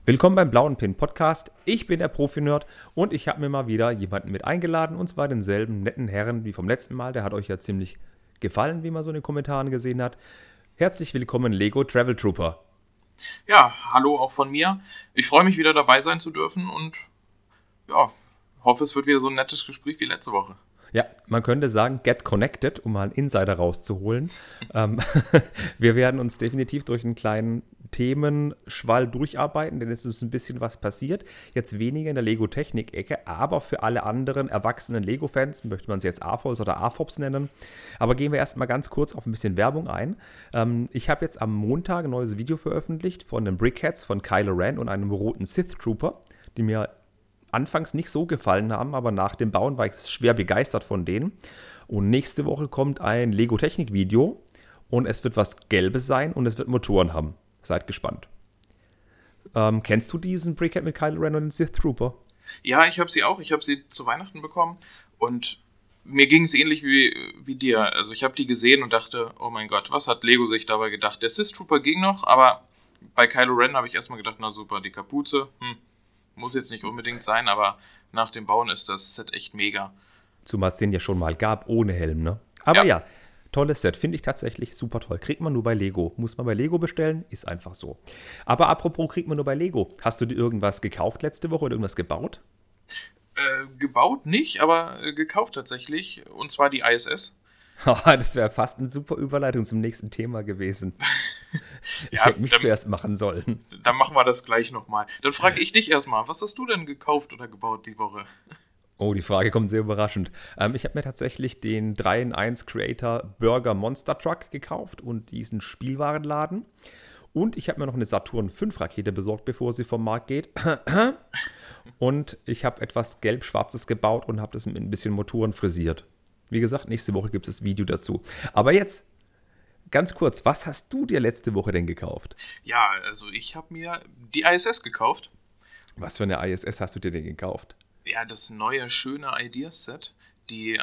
Willkommen beim Blauen Pin Podcast. Ich bin der Profi-Nerd und ich habe mir mal wieder jemanden mit eingeladen, und zwar denselben netten Herren wie vom letzten Mal. Der hat euch ja ziemlich gefallen, wie man so in den Kommentaren gesehen hat. Herzlich willkommen, Lego Travel Trooper. Ja, hallo auch von mir. Ich freue mich wieder dabei sein zu dürfen und ja, hoffe, es wird wieder so ein nettes Gespräch wie letzte Woche. Ja, man könnte sagen, get connected, um mal einen Insider rauszuholen. Wir werden uns definitiv durch einen kleinen Themenschwall durcharbeiten, denn es ist ein bisschen was passiert. Jetzt weniger in der Lego-Technik-Ecke, aber für alle anderen erwachsenen Lego-Fans, möchte man sie jetzt AFOLs oder AFOPs nennen. Aber gehen wir erstmal ganz kurz auf ein bisschen Werbung ein. Ich habe jetzt am Montag ein neues Video veröffentlicht von den Brickheads von Kylo Ren und einem roten Sith Trooper, die mir anfangs nicht so gefallen haben, aber nach dem Bauen war ich schwer begeistert von denen. Und nächste Woche kommt ein Lego-Technik-Video und es wird was Gelbes sein und es wird Motoren haben. Seid gespannt. Kennst du diesen Brickhead mit Kylo Ren und den Sith Trooper? Ja, ich habe sie auch. Ich habe sie zu Weihnachten bekommen und mir ging es ähnlich wie dir. Also ich habe die gesehen und dachte, oh mein Gott, was hat Lego sich dabei gedacht? Der Sith Trooper ging noch, aber bei Kylo Ren habe ich erstmal gedacht, na super, die Kapuze, muss jetzt nicht unbedingt sein, aber nach dem Bauen ist das Set echt mega. Zumal es den ja schon mal gab, ohne Helm, ne? Aber ja, tolles Set, finde ich tatsächlich super toll. Kriegt man nur bei Lego. Muss man bei Lego bestellen, ist einfach so. Aber apropos, kriegt man nur bei Lego. Hast du dir irgendwas gekauft letzte Woche oder irgendwas gebaut? Gebaut nicht, aber gekauft tatsächlich, und zwar die ISS. Das wäre fast eine super Überleitung zum nächsten Thema gewesen. Ich hätte mich zuerst machen sollen. Dann machen wir das gleich nochmal. Dann frage ich dich erstmal, was hast du denn gekauft oder gebaut die Woche? Oh, die Frage kommt sehr überraschend. Ich habe mir tatsächlich den 3-in-1 Creator Burger Monster Truck gekauft und diesen Spielwarenladen. Und ich habe mir noch eine Saturn 5 Rakete besorgt, bevor sie vom Markt geht. Und ich habe etwas Gelb-Schwarzes gebaut und habe das mit ein bisschen Motoren frisiert. Wie gesagt, nächste Woche gibt es das Video dazu. Aber jetzt, ganz kurz, was hast du dir letzte Woche denn gekauft? Ja, also ich habe mir die ISS gekauft. Was für eine ISS hast du dir denn gekauft? Ja, das neue, schöne Ideas-Set, die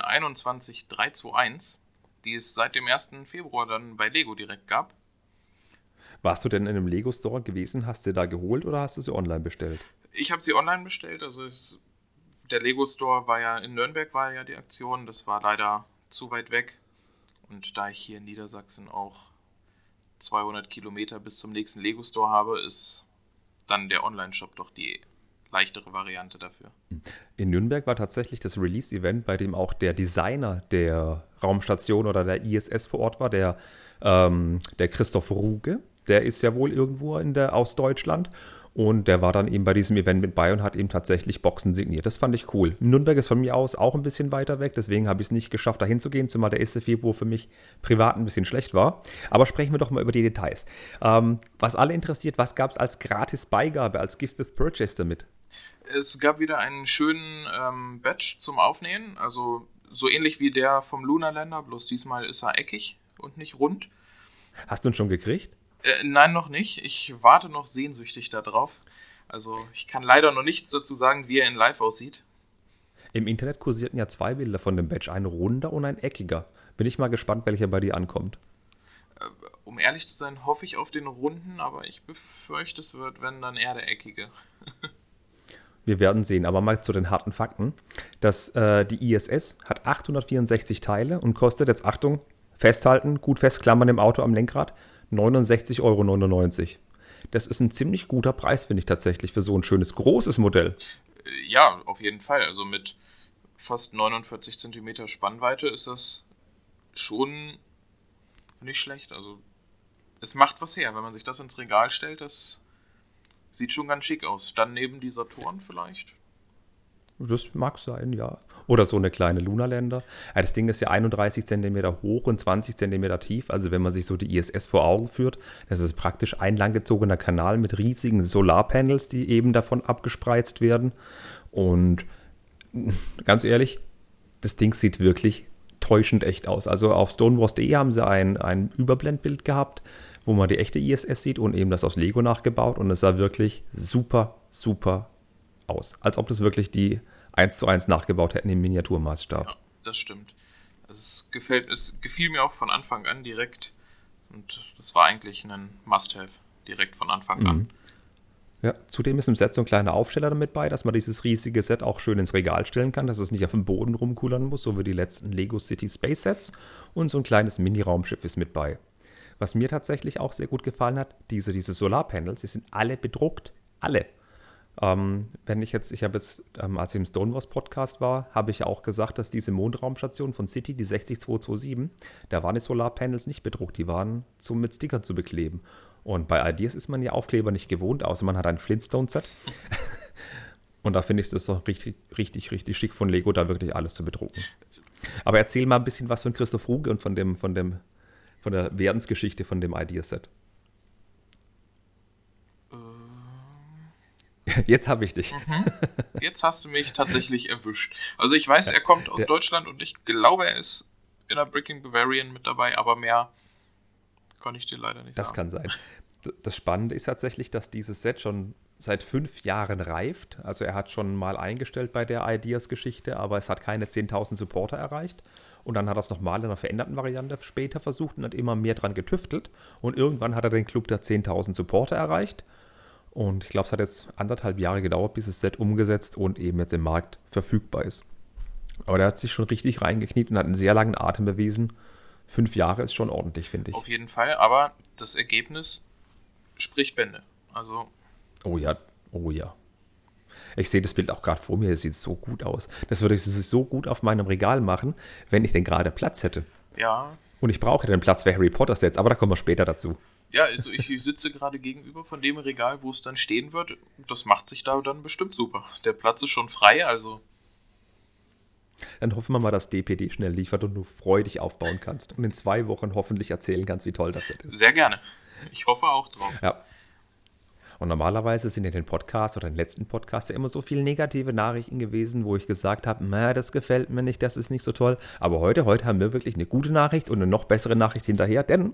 21321, die es seit dem 1. Februar dann bei Lego direkt gab. Warst du denn in einem Lego-Store gewesen, hast du da geholt oder hast du sie online bestellt? Ich habe sie online bestellt, also der Lego-Store war ja in Nürnberg, war ja die Aktion, das war leider zu weit weg. Und da ich hier in Niedersachsen auch 200 Kilometer bis zum nächsten Lego-Store habe, ist dann der Online-Shop doch die leichtere Variante dafür. In Nürnberg war tatsächlich das Release-Event, bei dem auch der Designer der Raumstation oder der ISS vor Ort war, der Christoph Ruge. Der ist ja wohl irgendwo aus Deutschland. Und der war dann eben bei diesem Event mit bei und hat eben tatsächlich Boxen signiert. Das fand ich cool. Nürnberg ist von mir aus auch ein bisschen weiter weg, deswegen habe ich es nicht geschafft, da hinzugehen, zumal der 1. Februar für mich privat ein bisschen schlecht war. Aber sprechen wir doch mal über die Details. Was alle interessiert, was gab es als Gratis-Beigabe, als Gift with Purchase damit? Es gab wieder einen schönen Badge zum Aufnähen, also so ähnlich wie der vom Lunar Lander, bloß diesmal ist er eckig und nicht rund. Hast du ihn schon gekriegt? Nein, noch nicht. Ich warte noch sehnsüchtig darauf. Also ich kann leider noch nichts dazu sagen, wie er in live aussieht. Im Internet kursierten ja 2 Bilder von dem Badge, ein runder und ein eckiger. Bin ich mal gespannt, welcher bei dir ankommt. Um ehrlich zu sein, hoffe ich auf den runden, aber ich befürchte, es wird, wenn, dann eher der eckige. Wir werden sehen, aber mal zu den harten Fakten. Die ISS hat 864 Teile und kostet, jetzt Achtung, festhalten, gut festklammern im Auto am Lenkrad, 69,99 Euro. Das ist ein ziemlich guter Preis, finde ich tatsächlich, für so ein schönes, großes Modell. Ja, auf jeden Fall. Also mit fast 49 cm Spannweite ist das schon nicht schlecht. Also es macht was her, wenn man sich das ins Regal stellt. Das sieht schon ganz schick aus. Dann neben die Saturn vielleicht. Das mag sein, ja. Oder so eine kleine Lunar Lander. Ja, das Ding ist ja 31 cm hoch und 20 cm tief. Also wenn man sich so die ISS vor Augen führt, das ist praktisch ein langgezogener Kanal mit riesigen Solarpanels, die eben davon abgespreizt werden. Und ganz ehrlich, das Ding sieht wirklich täuschend echt aus. Also auf stonewars.de haben sie ein Überblendbild gehabt, wo man die echte ISS sieht und eben das aus Lego nachgebaut. Und es sah wirklich super, super aus. Als ob das wirklich die 1:1 nachgebaut hätten im Miniaturmaßstab. Ja, das stimmt. Es gefiel mir auch von Anfang an direkt. Und das war eigentlich ein Must-Have direkt von Anfang an. Ja, zudem ist im Set so ein kleiner Aufsteller damit bei, dass man dieses riesige Set auch schön ins Regal stellen kann, dass es nicht auf dem Boden rumkullern muss, so wie die letzten Lego City Space Sets. Und so ein kleines Mini-Raumschiff ist mit bei. Was mir tatsächlich auch sehr gut gefallen hat, diese Solarpanels, die sind alle bedruckt. Alle. Ich habe jetzt, als ich im Stonewalls Podcast war, habe ich ja auch gesagt, dass diese Mondraumstation von City, die 60227, da waren die Solarpanels nicht bedruckt, die waren mit Stickern zu bekleben. Und bei Ideas ist man ja Aufkleber nicht gewohnt, außer man hat ein Flintstone-Set. Und da finde ich das doch richtig, richtig, richtig schick von Lego, da wirklich alles zu bedrucken. Aber erzähl mal ein bisschen was von Christoph Ruge und von der Werdensgeschichte von dem Ideaset. Jetzt habe ich dich. Jetzt hast du mich tatsächlich erwischt. Also ich weiß, er kommt aus Deutschland und ich glaube, er ist in der Breaking Bavarian mit dabei, aber mehr kann ich dir leider nicht sagen. Das kann sein. Das Spannende ist tatsächlich, dass dieses Set schon seit 5 Jahren reift. Also er hat schon mal eingestellt bei der Ideas-Geschichte, aber es hat keine 10.000 Supporter erreicht. Und dann hat er es nochmal in einer veränderten Variante später versucht und hat immer mehr dran getüftelt. Und irgendwann hat er den Club der 10.000 Supporter erreicht. Und ich glaube, es hat jetzt 1,5 Jahre gedauert, bis das Set umgesetzt und eben jetzt im Markt verfügbar ist. Aber der hat sich schon richtig reingekniet und hat einen sehr langen Atem bewiesen. 5 Jahre ist schon ordentlich, finde ich. Auf jeden Fall, aber das Ergebnis spricht Bände. Also. Oh ja. Ich sehe das Bild auch gerade vor mir, das sieht so gut aus. Das würde ich so gut auf meinem Regal machen, wenn ich denn gerade Platz hätte. Ja. Und ich brauche den Platz für Harry Potter Sets, aber da kommen wir später dazu. Ja, also ich sitze gerade gegenüber von dem Regal, wo es dann stehen wird. Das macht sich da dann bestimmt super. Der Platz ist schon frei, also. Dann hoffen wir mal, dass DPD schnell liefert und du freudig aufbauen kannst und in 2 Wochen hoffentlich erzählen kannst, wie toll das Set ist. Sehr gerne. Ich hoffe auch drauf. Ja. Und normalerweise sind in den Podcasts oder in den letzten Podcasts ja immer so viele negative Nachrichten gewesen, wo ich gesagt habe, das gefällt mir nicht, das ist nicht so toll. Aber heute haben wir wirklich eine gute Nachricht und eine noch bessere Nachricht hinterher, denn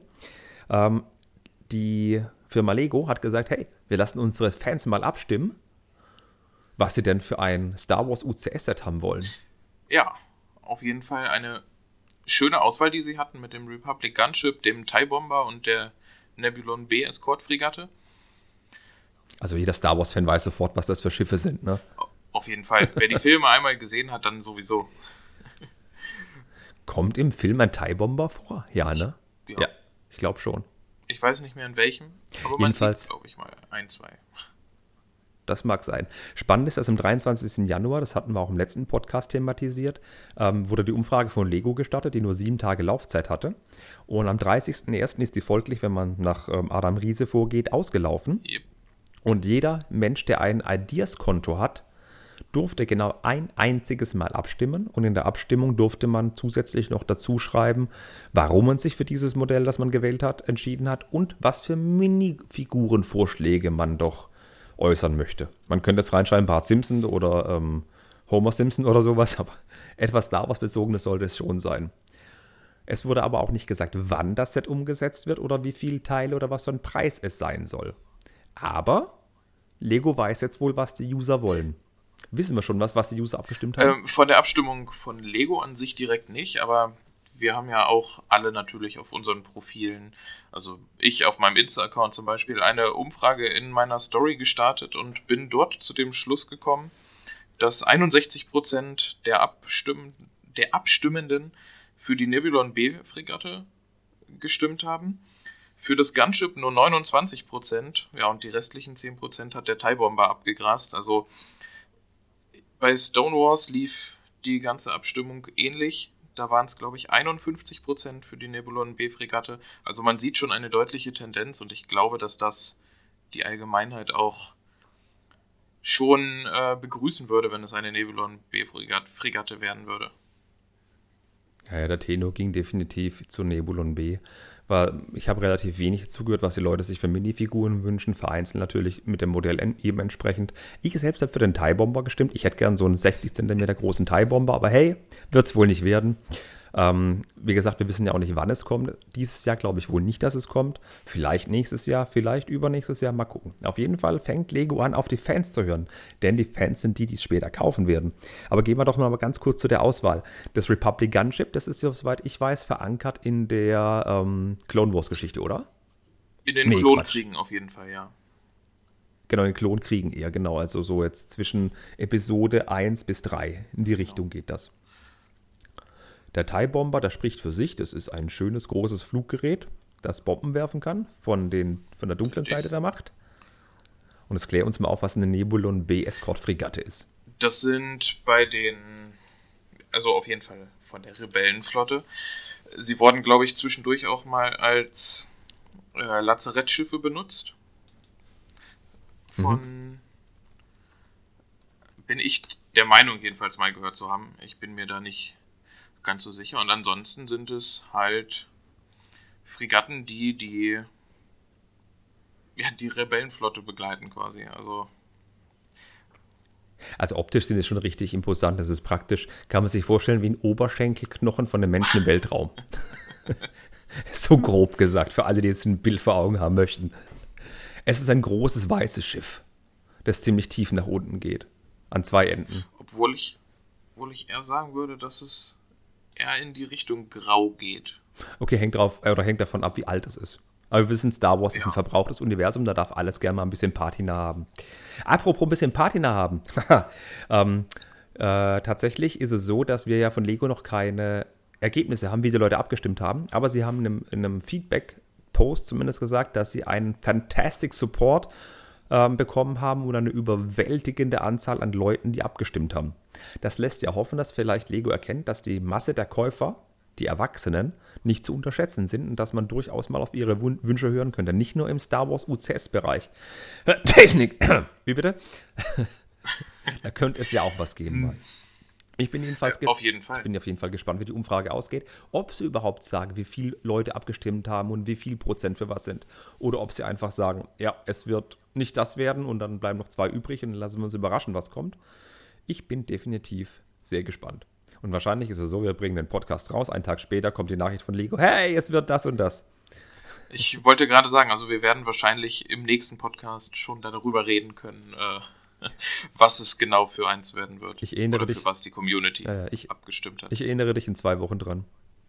die Firma Lego hat gesagt, hey, wir lassen unsere Fans mal abstimmen, was sie denn für ein Star Wars UCS-Set haben wollen. Ja, auf jeden Fall eine schöne Auswahl, die sie hatten mit dem Republic Gunship, dem TIE Bomber und der Nebulon B Escort-Fregatte. Also jeder Star Wars-Fan weiß sofort, was das für Schiffe sind, ne? Auf jeden Fall. Wer die Filme einmal gesehen hat, dann sowieso. Kommt im Film ein TIE Bomber vor? Ja, ne? Ja, ich glaube schon. Ich weiß nicht mehr in welchem, aber jedenfalls, man sieht, glaube ich, mal 1, 2. Das mag sein. Spannend ist, dass am 23. Januar, das hatten wir auch im letzten Podcast thematisiert, wurde die Umfrage von Lego gestartet, die nur 7 Tage Laufzeit hatte. Und am 30.01. ist die folglich, wenn man nach Adam Riese vorgeht, ausgelaufen. Yep. Und jeder Mensch, der ein Ideas-Konto hat, durfte genau ein einziges Mal abstimmen. Und in der Abstimmung durfte man zusätzlich noch dazu schreiben, warum man sich für dieses Modell, das man gewählt hat, entschieden hat und was für Minifigurenvorschläge man doch äußern möchte. Man könnte jetzt reinschreiben, Bart Simpson oder Homer Simpson oder sowas, aber etwas Star Wars Bezogenes sollte es schon sein. Es wurde aber auch nicht gesagt, wann das Set umgesetzt wird oder wie viele Teile oder was für ein Preis es sein soll. Aber Lego weiß jetzt wohl, was die User wollen. Wissen wir schon was die User abgestimmt haben? Von der Abstimmung von Lego an sich direkt nicht, aber wir haben ja auch alle natürlich auf unseren Profilen, also ich auf meinem Insta-Account zum Beispiel, eine Umfrage in meiner Story gestartet und bin dort zu dem Schluss gekommen, dass 61% der Abstimmenden für die Nebulon B-Fregatte gestimmt haben. Für das Gunship nur 29%, ja, und die restlichen 10% hat der TIE Bomber abgegrast. Also bei Stonewalls lief die ganze Abstimmung ähnlich. Da waren es, glaube ich, 51% für die Nebulon B-Fregatte. Also man sieht schon eine deutliche Tendenz und ich glaube, dass das die Allgemeinheit auch schon begrüßen würde, wenn es eine Nebulon B-Fregatte werden würde. Ja, der Tenor ging definitiv zu Nebulon B. Ich habe relativ wenig zugehört, was die Leute sich für Minifiguren wünschen, vereinzelt natürlich mit dem Modell eben entsprechend. Ich selbst habe für den TIE Bomber gestimmt. Ich hätte gern so einen 60 cm großen TIE Bomber, aber hey, wird es wohl nicht werden. Wie gesagt, wir wissen ja auch nicht, wann es kommt. Dieses Jahr glaube ich wohl nicht, dass es kommt. Vielleicht nächstes Jahr, vielleicht übernächstes Jahr, mal gucken. Auf jeden Fall fängt Lego an, auf die Fans zu hören. Denn die Fans sind die es später kaufen werden. Aber gehen wir doch mal ganz kurz zu der Auswahl. Das Republic Gunship, das ist ja, soweit ich weiß, verankert in der Clone Wars Geschichte, oder? In den Klonkriegen auf jeden Fall, ja. Genau, den Klon kriegen eher, genau. Also so jetzt zwischen Episode 1 bis 3. In die Richtung geht das. Der TIE Bomber, der spricht für sich. Das ist ein schönes, großes Fluggerät, das Bomben werfen kann von der dunklen Seite der Macht. Und jetzt klär uns mal auf, was eine Nebulon B-Escort-Fregatte ist. Das sind also auf jeden Fall von der Rebellenflotte. Sie wurden, glaube ich, zwischendurch auch mal als Lazarettschiffe benutzt. Bin ich der Meinung jedenfalls mal gehört zu haben. Ich bin mir da nicht ganz so sicher. Und ansonsten sind es halt Fregatten, die Rebellenflotte begleiten quasi. Also optisch sind es schon richtig imposant. Das ist praktisch, kann man sich vorstellen, wie ein Oberschenkelknochen von einem Menschen im Weltraum. So grob gesagt, für alle, die jetzt ein Bild vor Augen haben möchten. Es ist ein großes weißes Schiff, das ziemlich tief nach unten geht. An 2 Enden. Obwohl ich eher sagen würde, dass es eher in die Richtung grau geht. Okay, hängt davon ab, wie alt es ist. Aber wir wissen, Star Wars ist ein verbrauchtes Universum, da darf alles gerne mal ein bisschen Patina haben. Apropos ein bisschen Patina haben. Tatsächlich ist es so, dass wir ja von Lego noch keine Ergebnisse haben, wie die Leute abgestimmt haben. Aber sie haben in einem Feedback-Post zumindest gesagt, dass sie einen Fantastic Support bekommen haben und eine überwältigende Anzahl an Leuten, die abgestimmt haben. Das lässt ja hoffen, dass vielleicht Lego erkennt, dass die Masse der Käufer, die Erwachsenen, nicht zu unterschätzen sind und dass man durchaus mal auf ihre Wünsche hören könnte. Nicht nur im Star Wars UCS-Bereich. Technik. Wie bitte? Da könnte es ja auch was geben mal. Ich bin auf jeden Fall. Ich bin auf jeden Fall gespannt, wie die Umfrage ausgeht. Ob sie überhaupt sagen, wie viele Leute abgestimmt haben und wie viel Prozent für was sind. Oder ob sie einfach sagen, ja, es wird nicht das werden und dann bleiben noch 2 übrig und dann lassen wir uns überraschen, was kommt. Ich bin definitiv sehr gespannt. Und wahrscheinlich ist es so, wir bringen den Podcast raus, einen Tag später kommt die Nachricht von Lego, hey, es wird das und das. Ich wollte gerade sagen, also wir werden wahrscheinlich im nächsten Podcast schon darüber reden können, was es genau für eins werden wird. Oder für was die Community abgestimmt hat. Ich erinnere dich in 2 Wochen dran.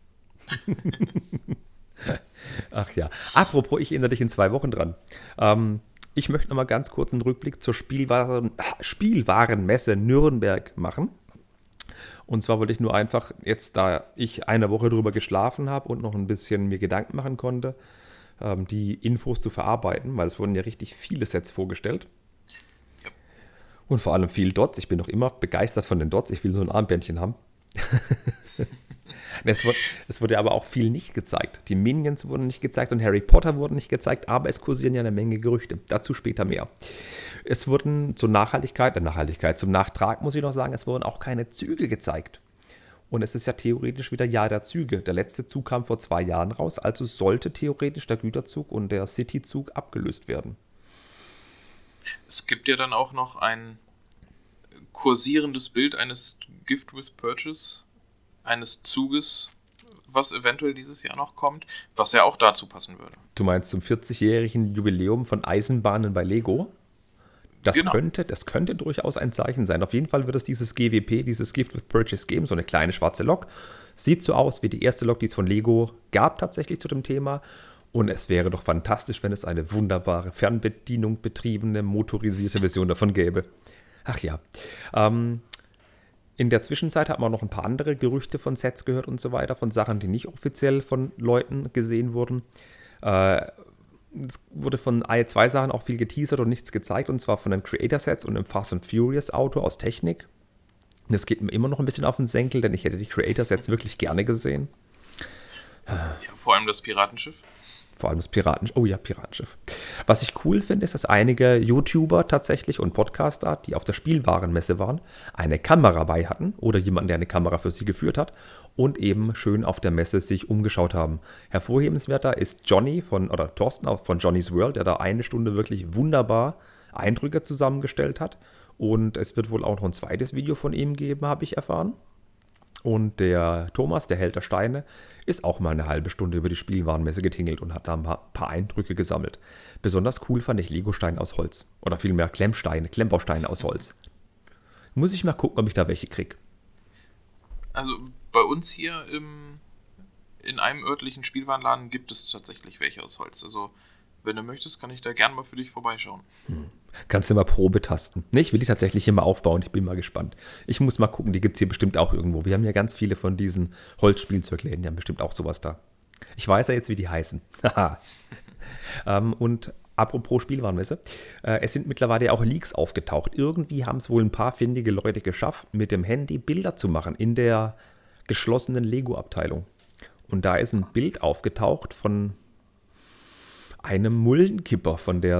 Ach ja. Apropos, ich erinnere dich in 2 Wochen dran. Ich möchte noch mal ganz kurz einen Rückblick zur Spielwarenmesse Nürnberg machen. Und zwar wollte ich nur einfach, jetzt da ich eine Woche drüber geschlafen habe und noch ein bisschen mir Gedanken machen konnte, die Infos zu verarbeiten, weil es wurden ja richtig viele Sets vorgestellt. Ja. Und vor allem viel Dots. Ich bin noch immer begeistert von den Dots. Ich will so ein Armbändchen haben. Es wurde aber auch viel nicht gezeigt. Die Minions wurden nicht gezeigt und Harry Potter wurden nicht gezeigt, aber es kursieren ja eine Menge Gerüchte. Dazu später mehr. Es wurden zum Nachtrag muss ich noch sagen, es wurden auch keine Züge gezeigt. Und es ist ja theoretisch wieder Jahr der Züge. Der letzte Zug kam vor 2 Jahren raus, also sollte theoretisch der Güterzug und der Cityzug abgelöst werden. Es gibt ja dann auch noch ein kursierendes Bild eines Gift with Purchase, eines Zuges, was eventuell dieses Jahr noch kommt, was ja auch dazu passen würde. Du meinst zum 40-jährigen Jubiläum von Eisenbahnen bei Lego? Das könnte durchaus ein Zeichen sein. Auf jeden Fall wird es dieses GWP, dieses Gift with Purchase geben, so eine kleine schwarze Lok. Sieht so aus wie die erste Lok, die es von Lego gab tatsächlich zu dem Thema. Und es wäre doch fantastisch, wenn es eine wunderbare, Fernbedienung betriebene, motorisierte Version davon gäbe. Ach ja. In der Zwischenzeit hat man noch ein paar andere Gerüchte von Sets gehört und so weiter, von Sachen, die nicht offiziell von Leuten gesehen wurden. Es wurde von 2 Sachen auch viel geteasert und nichts gezeigt, und zwar von den Creator-Sets und dem Fast and Furious Auto aus Technik. Das geht mir immer noch ein bisschen auf den Senkel, denn ich hätte die Creator-Sets wirklich gerne gesehen. Ja, vor allem das Piratenschiff. Piratenschiff. Was ich cool finde, ist, dass einige YouTuber tatsächlich und Podcaster, die auf der Spielwarenmesse waren, eine Kamera bei hatten oder jemanden, der eine Kamera für sie geführt hat und eben schön auf der Messe sich umgeschaut haben. Hervorhebenswerter ist Thorsten auch von Johnny's World, der da 1 Stunde wirklich wunderbar Eindrücke zusammengestellt hat. Und es wird wohl auch noch ein zweites Video von ihm geben, habe ich erfahren. Und der Thomas, der Held der Steine, ist auch mal eine halbe Stunde über die Spielwarenmesse getingelt und hat da ein paar Eindrücke gesammelt. Besonders cool fand ich Legosteine aus Holz. Oder vielmehr Klemmbausteine aus Holz. Muss ich mal gucken, ob ich da welche kriege. Also bei uns hier in einem örtlichen Spielwarenladen gibt es tatsächlich welche aus Holz. Also wenn du möchtest, kann ich da gerne mal für dich vorbeischauen. Kannst du mal Probe tasten. Ne, ich will die tatsächlich hier mal aufbauen. Ich bin mal gespannt. Ich muss mal gucken, die gibt es hier bestimmt auch irgendwo. Wir haben ja ganz viele von diesen Holzspielzeugläden. Die haben bestimmt auch sowas da. Ich weiß ja jetzt, wie die heißen. Haha. Und apropos Spielwarenmesse, es sind mittlerweile ja auch Leaks aufgetaucht. Irgendwie haben es wohl ein paar findige Leute geschafft, mit dem Handy Bilder zu machen in der geschlossenen Lego-Abteilung. Und da ist ein Bild aufgetaucht von einem Muldenkipper von der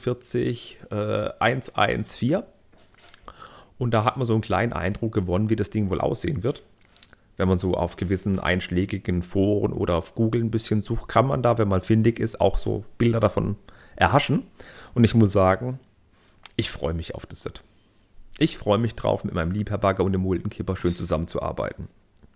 42114. Und da hat man so einen kleinen Eindruck gewonnen, wie das Ding wohl aussehen wird. Wenn man so auf gewissen einschlägigen Foren oder auf Google ein bisschen sucht, kann man da, wenn man findig ist, auch so Bilder davon erhaschen. Und ich muss sagen, ich freue mich auf das Set. Ich freue mich drauf, mit meinem Liebherr-Bagger und dem Muldenkipper schön zusammenzuarbeiten.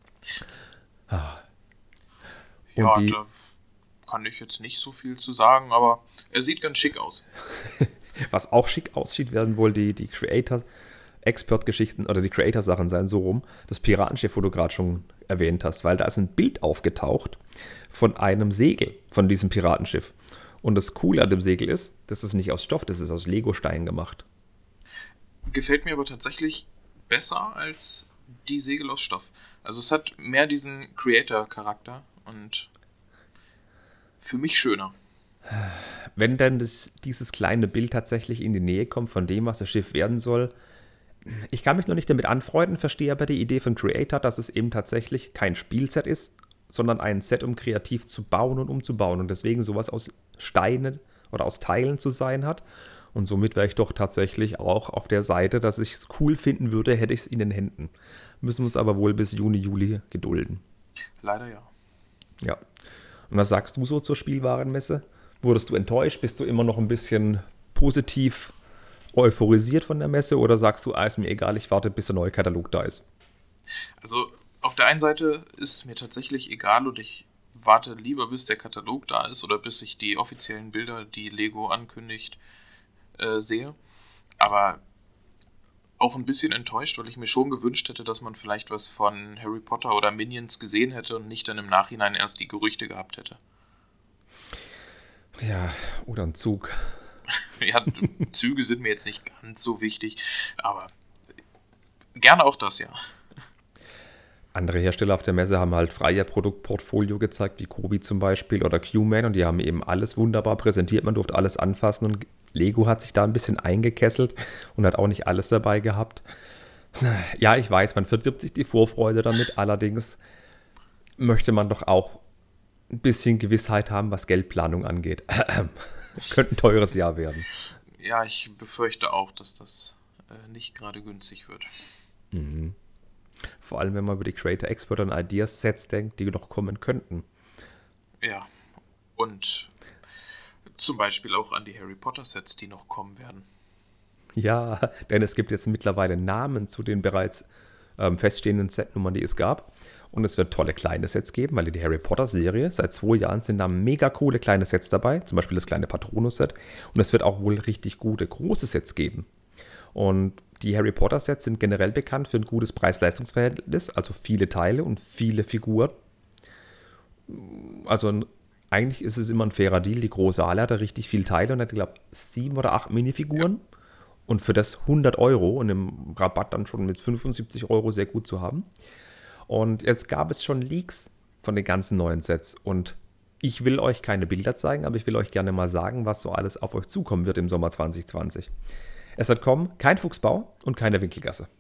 Und Ja, da kann ich jetzt nicht so viel zu sagen, aber er sieht ganz schick aus. was auch schick aussieht, werden wohl die Creator-Expert-Geschichten oder die Creator-Sachen sein, so rum. Das Piratenschiff, wo du gerade schon erwähnt hast, weil da ist ein Bild aufgetaucht von einem Segel von diesem Piratenschiff. Und das Coole an dem Segel ist, das ist nicht aus Stoff, das ist aus Legostein gemacht. Gefällt mir aber tatsächlich besser als die Segel aus Stoff. Also es hat mehr diesen Creator-Charakter und für mich schöner. Wenn dann dieses kleine Bild tatsächlich in die Nähe kommt von dem, was das Schiff werden soll, ich kann mich noch nicht damit anfreunden, verstehe aber die Idee von Creator, dass es eben tatsächlich kein Spielset ist, sondern ein Set, um kreativ zu bauen und umzubauen und deswegen sowas aus Steinen oder aus Teilen zu sein hat. Und somit wäre ich doch tatsächlich auch auf der Seite, dass ich es cool finden würde, hätte ich es in den Händen. Müssen wir uns aber wohl bis Juni, Juli gedulden. Leider ja. Ja. Und was sagst du so zur Spielwarenmesse? Wurdest du enttäuscht? Bist du immer noch ein bisschen positiv euphorisiert von der Messe? Oder sagst du, ist mir egal, ich warte, bis der neue Katalog da ist? Also auf der einen Seite ist es mir tatsächlich egal und ich warte lieber, bis der Katalog da ist oder bis ich die offiziellen Bilder, die Lego ankündigt, sehe. Aber auch ein bisschen enttäuscht, weil ich mir schon gewünscht hätte, dass man vielleicht was von Harry Potter oder Minions gesehen hätte und nicht dann im Nachhinein erst die Gerüchte gehabt hätte. Ja, oder ein Zug. Ja, Züge sind mir jetzt nicht ganz so wichtig, aber gerne auch das, ja. Andere Hersteller auf der Messe haben halt freier Produktportfolio gezeigt, wie Kobi zum Beispiel oder Q-Man, und die haben eben alles wunderbar präsentiert, man durfte alles anfassen und Lego hat sich da ein bisschen eingekesselt und hat auch nicht alles dabei gehabt. Ja, ich weiß, man verdirbt sich die Vorfreude damit, allerdings möchte man doch auch ein bisschen Gewissheit haben, was Geldplanung angeht. Es könnte ein teures Jahr werden. Ja, ich befürchte auch, dass das nicht gerade günstig wird. Mhm. Vor allem, wenn man über die Creator Expert und Ideas Sets denkt, die noch kommen könnten. Ja, und zum Beispiel auch an die Harry Potter Sets, die noch kommen werden. Ja, denn es gibt jetzt mittlerweile Namen zu den bereits feststehenden Setnummern, die es gab. Und es wird tolle kleine Sets geben, weil in der Harry Potter Serie seit 2 Jahren sind da mega coole kleine Sets dabei. Zum Beispiel das kleine Patronus-Set. Und es wird auch wohl richtig gute große Sets geben. Und die Harry Potter Sets sind generell bekannt für ein gutes Preis-Leistungs-Verhältnis, also viele Teile und viele Figuren. Also eigentlich ist es immer ein fairer Deal. Die große Halle hat da richtig viele Teile und hat, glaube ich, 7 oder 8 Minifiguren. Ja. Und für das 100 € und im Rabatt dann schon mit 75 € sehr gut zu haben. Und jetzt gab es schon Leaks von den ganzen neuen Sets. Und ich will euch keine Bilder zeigen, aber ich will euch gerne mal sagen, was so alles auf euch zukommen wird im Sommer 2020. Es wird kommen kein Fuchsbau und keine Winkelgasse.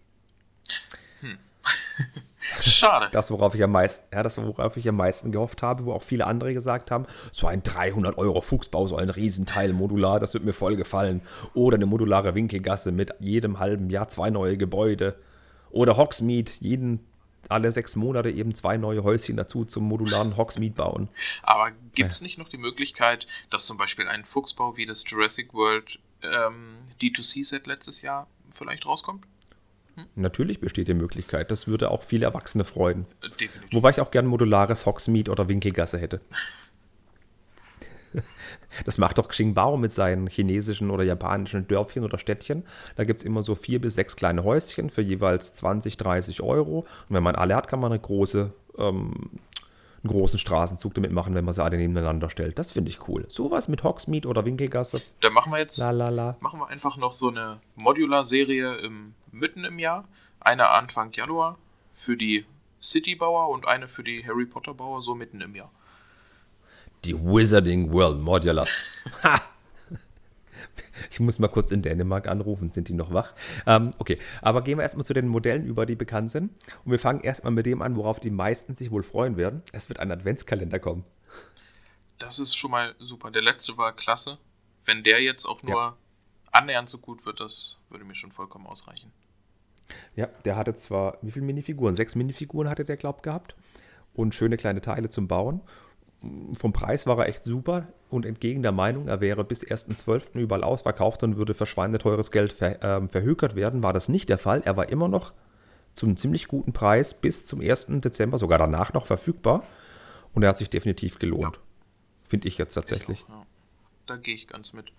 Schade. Das, worauf ich am meisten gehofft habe, wo auch viele andere gesagt haben, so ein 300 € Fuchsbau, so ein Riesenteil modular, das wird mir voll gefallen. Oder eine modulare Winkelgasse mit jedem halben Jahr 2 neue Gebäude. Oder Hogsmeade, alle 6 Monate eben 2 neue Häuschen dazu zum modularen Hogsmeade bauen. Aber gibt es nicht noch die Möglichkeit, dass zum Beispiel ein Fuchsbau wie das Jurassic World D2C-Set letztes Jahr vielleicht rauskommt? Natürlich besteht die Möglichkeit. Das würde auch viele Erwachsene freuen. Definitiv. Wobei ich auch gern modulares Hogsmeade oder Winkelgasse hätte. Das macht doch Xingbao mit seinen chinesischen oder japanischen Dörfchen oder Städtchen. Da gibt es immer so 4 bis 6 kleine Häuschen für jeweils 20, 30 €. Und wenn man alle hat, kann man eine große einen großen Straßenzug damit machen, wenn man sie alle nebeneinander stellt. Das finde ich cool. Sowas mit Hogsmeade oder Winkelgasse. Dann machen wir jetzt La la la. machen wir einfach noch so eine Modular-Serie mitten im Jahr. Eine Anfang Januar für die City-Bauer und eine für die Harry Potter-Bauer, so mitten im Jahr. Die Wizarding World Modulars. Ha! Ich muss mal kurz in Dänemark anrufen, sind die noch wach? Okay, aber gehen wir erstmal zu den Modellen über, die bekannt sind. Und wir fangen erstmal mit dem an, worauf die meisten sich wohl freuen werden. Es wird ein Adventskalender kommen. Das ist schon mal super. Der letzte war klasse. Wenn der jetzt auch nur annähernd so gut wird, das würde mir schon vollkommen ausreichen. Ja, der hatte zwar, wie viele Minifiguren? 6 Minifiguren hatte der, glaub, gehabt. Und schöne kleine Teile zum Bauen. Vom Preis war er echt super und entgegen der Meinung, er wäre bis 1.12. überall ausverkauft und würde für schweineteures Geld verhökert werden, war das nicht der Fall. Er war immer noch zu einem ziemlich guten Preis bis zum 1. Dezember, sogar danach noch verfügbar. Und er hat sich definitiv gelohnt. Ja. Finde ich jetzt tatsächlich. Ich auch, ja. Da gehe ich ganz mit.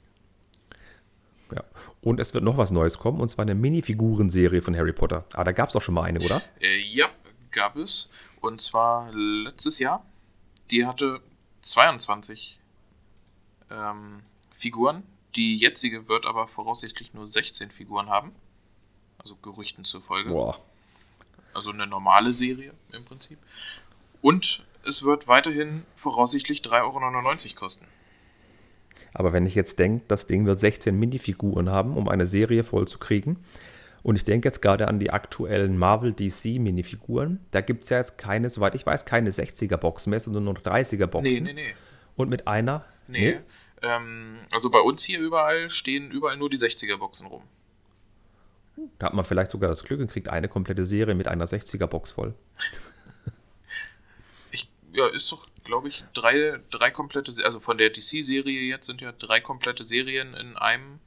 Ja. Und es wird noch was Neues kommen, und zwar eine Minifigurenserie von Harry Potter. Ah, da gab es auch schon mal eine, oder? Ja, gab es. Und zwar letztes Jahr. Die hatte 22 Figuren. Die jetzige wird aber voraussichtlich nur 16 Figuren haben. Also Gerüchten zufolge. Boah. Also eine normale Serie im Prinzip. Und es wird weiterhin voraussichtlich 3,99 € kosten. Aber wenn ich jetzt denke, das Ding wird 16 Minifiguren haben, um eine Serie voll zu kriegen. Und ich denke jetzt gerade an die aktuellen Marvel-DC-Minifiguren. Da gibt es ja jetzt keine, soweit ich weiß, keine 60er-Boxen mehr, sondern nur noch 30er-Boxen. Nee. Und mit einer... Nee. Also bei uns hier stehen überall nur die 60er-Boxen rum. Da hat man vielleicht sogar das Glück und kriegt eine komplette Serie mit einer 60er-Box voll. Ist doch, glaube ich, drei komplette, also von der DC-Serie jetzt sind ja 3 komplette Serien in einem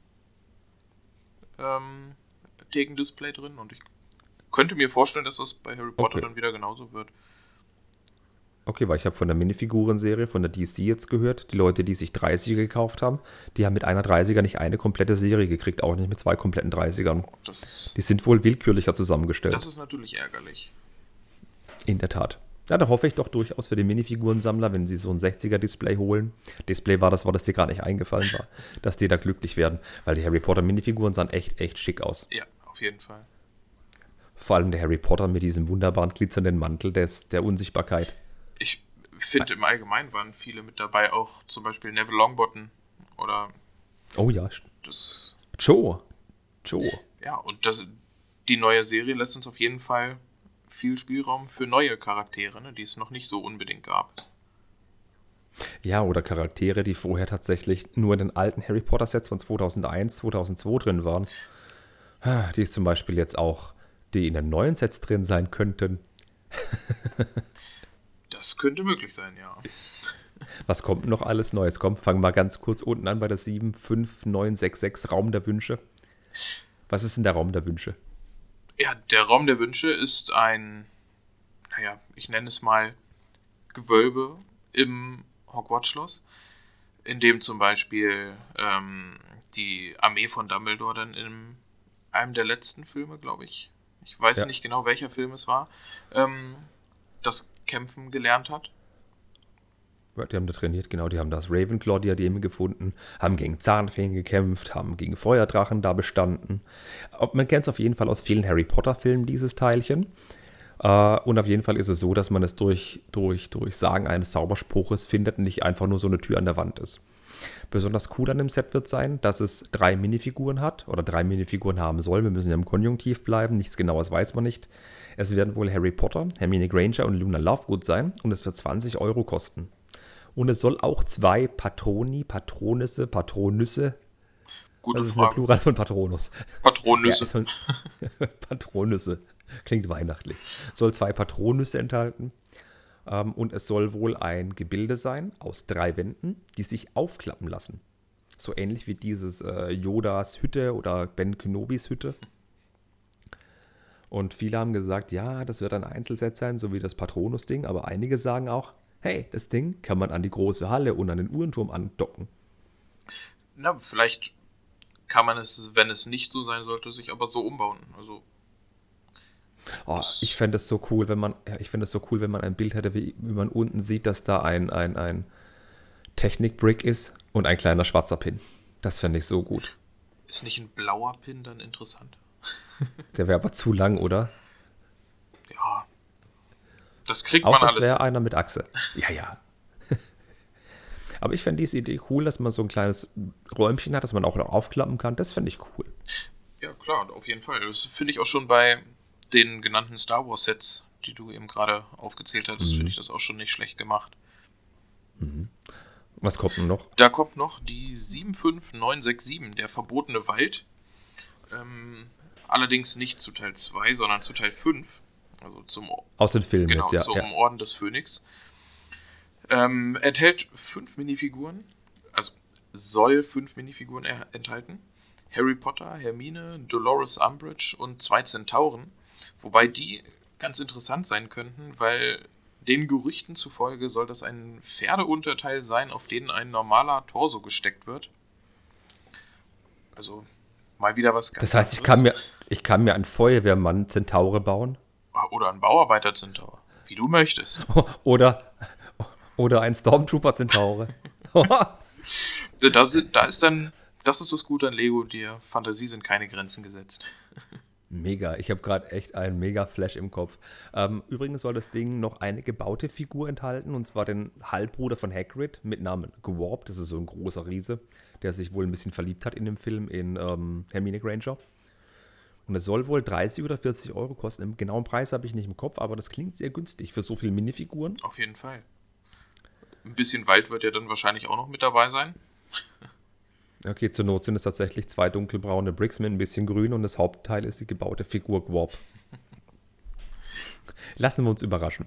Thekendisplay drin und ich könnte mir vorstellen, dass das bei Harry Potter dann wieder genauso wird. Okay, weil ich habe von der Minifiguren-Serie, von der DC jetzt gehört, die Leute, die sich 30er gekauft haben, die haben mit einer 30er nicht eine komplette Serie gekriegt, auch nicht mit 2 kompletten 30ern. Die sind wohl willkürlicher zusammengestellt. Das ist natürlich ärgerlich. In der Tat. Ja, da hoffe ich doch durchaus für den Minifigurensammler, wenn sie so ein 60er-Display holen. Display war das Wort, das dir gerade nicht eingefallen war, dass die da glücklich werden, weil die Harry Potter-Minifiguren sahen echt schick aus. Ja, auf jeden Fall. Vor allem der Harry Potter mit diesem wunderbaren glitzernden Mantel der Unsichtbarkeit. Ich finde, im Allgemeinen waren viele mit dabei, auch zum Beispiel Neville Longbottom oder... Oh ja, das Joe. Ja, und die neue Serie lässt uns auf jeden Fall viel Spielraum für neue Charaktere, ne, die es noch nicht so unbedingt gab. Ja, oder Charaktere, die vorher tatsächlich nur in den alten Harry Potter Sets von 2001, 2002 drin waren. Die zum Beispiel jetzt auch, die in den neuen Sets drin sein könnten. Das könnte möglich sein, ja. Was kommt noch alles Neues? Komm, fangen wir ganz kurz unten an bei der 75966 Raum der Wünsche. Was ist denn der Raum der Wünsche? Ja, der Raum der Wünsche ist ein, ich nenne es mal Gewölbe im Hogwarts-Schloss, in dem zum Beispiel die Armee von Dumbledore dann in einem der letzten Filme, glaube ich, ich weiß nicht genau, welcher Film es war, das Kämpfen gelernt hat. Die haben da trainiert, genau. Die haben das Ravenclaw-Diadem gefunden, haben gegen Zahnfeen gekämpft, haben gegen Feuerdrachen da bestanden. Man kennt es auf jeden Fall aus vielen Harry Potter-Filmen, dieses Teilchen. Und auf jeden Fall ist es so, dass man es durch Sagen eines Zauberspruches findet und nicht einfach nur so eine Tür an der Wand ist. Besonders cool an dem Set wird sein, dass es 3 Minifiguren hat oder 3 Minifiguren haben soll. Wir müssen ja im Konjunktiv bleiben, nichts Genaues weiß man nicht. Es werden wohl Harry Potter, Hermine Granger und Luna Lovegood sein und es wird 20 € kosten. Und es soll auch 2 Patronüsse. Gute das ist Frage. eine Plural von Patronus. Patronüsse. Patronüsse. Klingt weihnachtlich. Soll 2 Patronüsse enthalten. Und es soll wohl ein Gebilde sein aus 3 Wänden, die sich aufklappen lassen. So ähnlich wie dieses Yodas Hütte oder Ben Kenobis Hütte. Und viele haben gesagt, ja, das wird ein Einzelset sein, so wie das Patronus-Ding. Aber einige sagen auch, hey, das Ding kann man an die große Halle und an den Uhrenturm andocken. Na, vielleicht kann man es, wenn es nicht so sein sollte, sich aber so umbauen. Also Oh, ich fände es so cool, wenn man ein Bild hätte, wie man unten sieht, dass da ein Technik-Brick ist und ein kleiner schwarzer Pin. Das fände ich so gut. Ist nicht ein blauer Pin dann interessant? Der wäre aber zu lang, oder? Ja, das kriegt man Außer es alles. wäre einer mit Achse. Ja, ja. Aber ich fände diese Idee cool, dass man so ein kleines Räumchen hat, das man auch noch aufklappen kann. Das fände ich cool. Ja, klar, auf jeden Fall. Das finde ich auch schon bei den genannten Star Wars Sets, die du eben gerade aufgezählt hattest, finde ich das auch schon nicht schlecht gemacht. Was kommt denn noch? Da kommt noch die 75967, der verbotene Wald. Allerdings nicht zu Teil 2, sondern zu Teil 5. Also Aus den Filmen genau, jetzt, ja. zum Ja. Orden des Phönix. Enthält 5 Minifiguren, also soll 5 Minifiguren enthalten. Harry Potter, Hermine, Dolores Umbridge und 2 Zentauren. Wobei die ganz interessant sein könnten, weil den Gerüchten zufolge soll das ein Pferdeunterteil sein, auf den ein normaler Torso gesteckt wird. Also mal wieder was ganz Das heißt, anderes. ich kann mir einen Feuerwehrmann Zentaure bauen. Oder ein Bauarbeiter-Zentaur, wie du möchtest. Oder, oder ein Stormtrooper Zentaure. Das ist das Gute an Lego, der Fantasie sind keine Grenzen gesetzt. Mega, ich habe gerade echt einen Mega-Flash im Kopf. Übrigens soll das Ding noch eine gebaute Figur enthalten, und zwar den Halbbruder von Hagrid mit Namen Gworp. Das ist so ein großer Riese, der sich wohl ein bisschen verliebt hat in dem Film in Hermine Granger. Und es soll wohl 30 oder 40 Euro kosten. Im genauen Preis habe ich nicht im Kopf, aber das klingt sehr günstig für so viele Minifiguren. Auf jeden Fall. Ein bisschen Wald wird ja dann wahrscheinlich auch noch mit dabei sein. Okay, zur Not sind es tatsächlich 2 dunkelbraune Bricks mit ein bisschen grün und das Hauptteil ist die gebaute Figur Gworp. Lassen wir uns überraschen.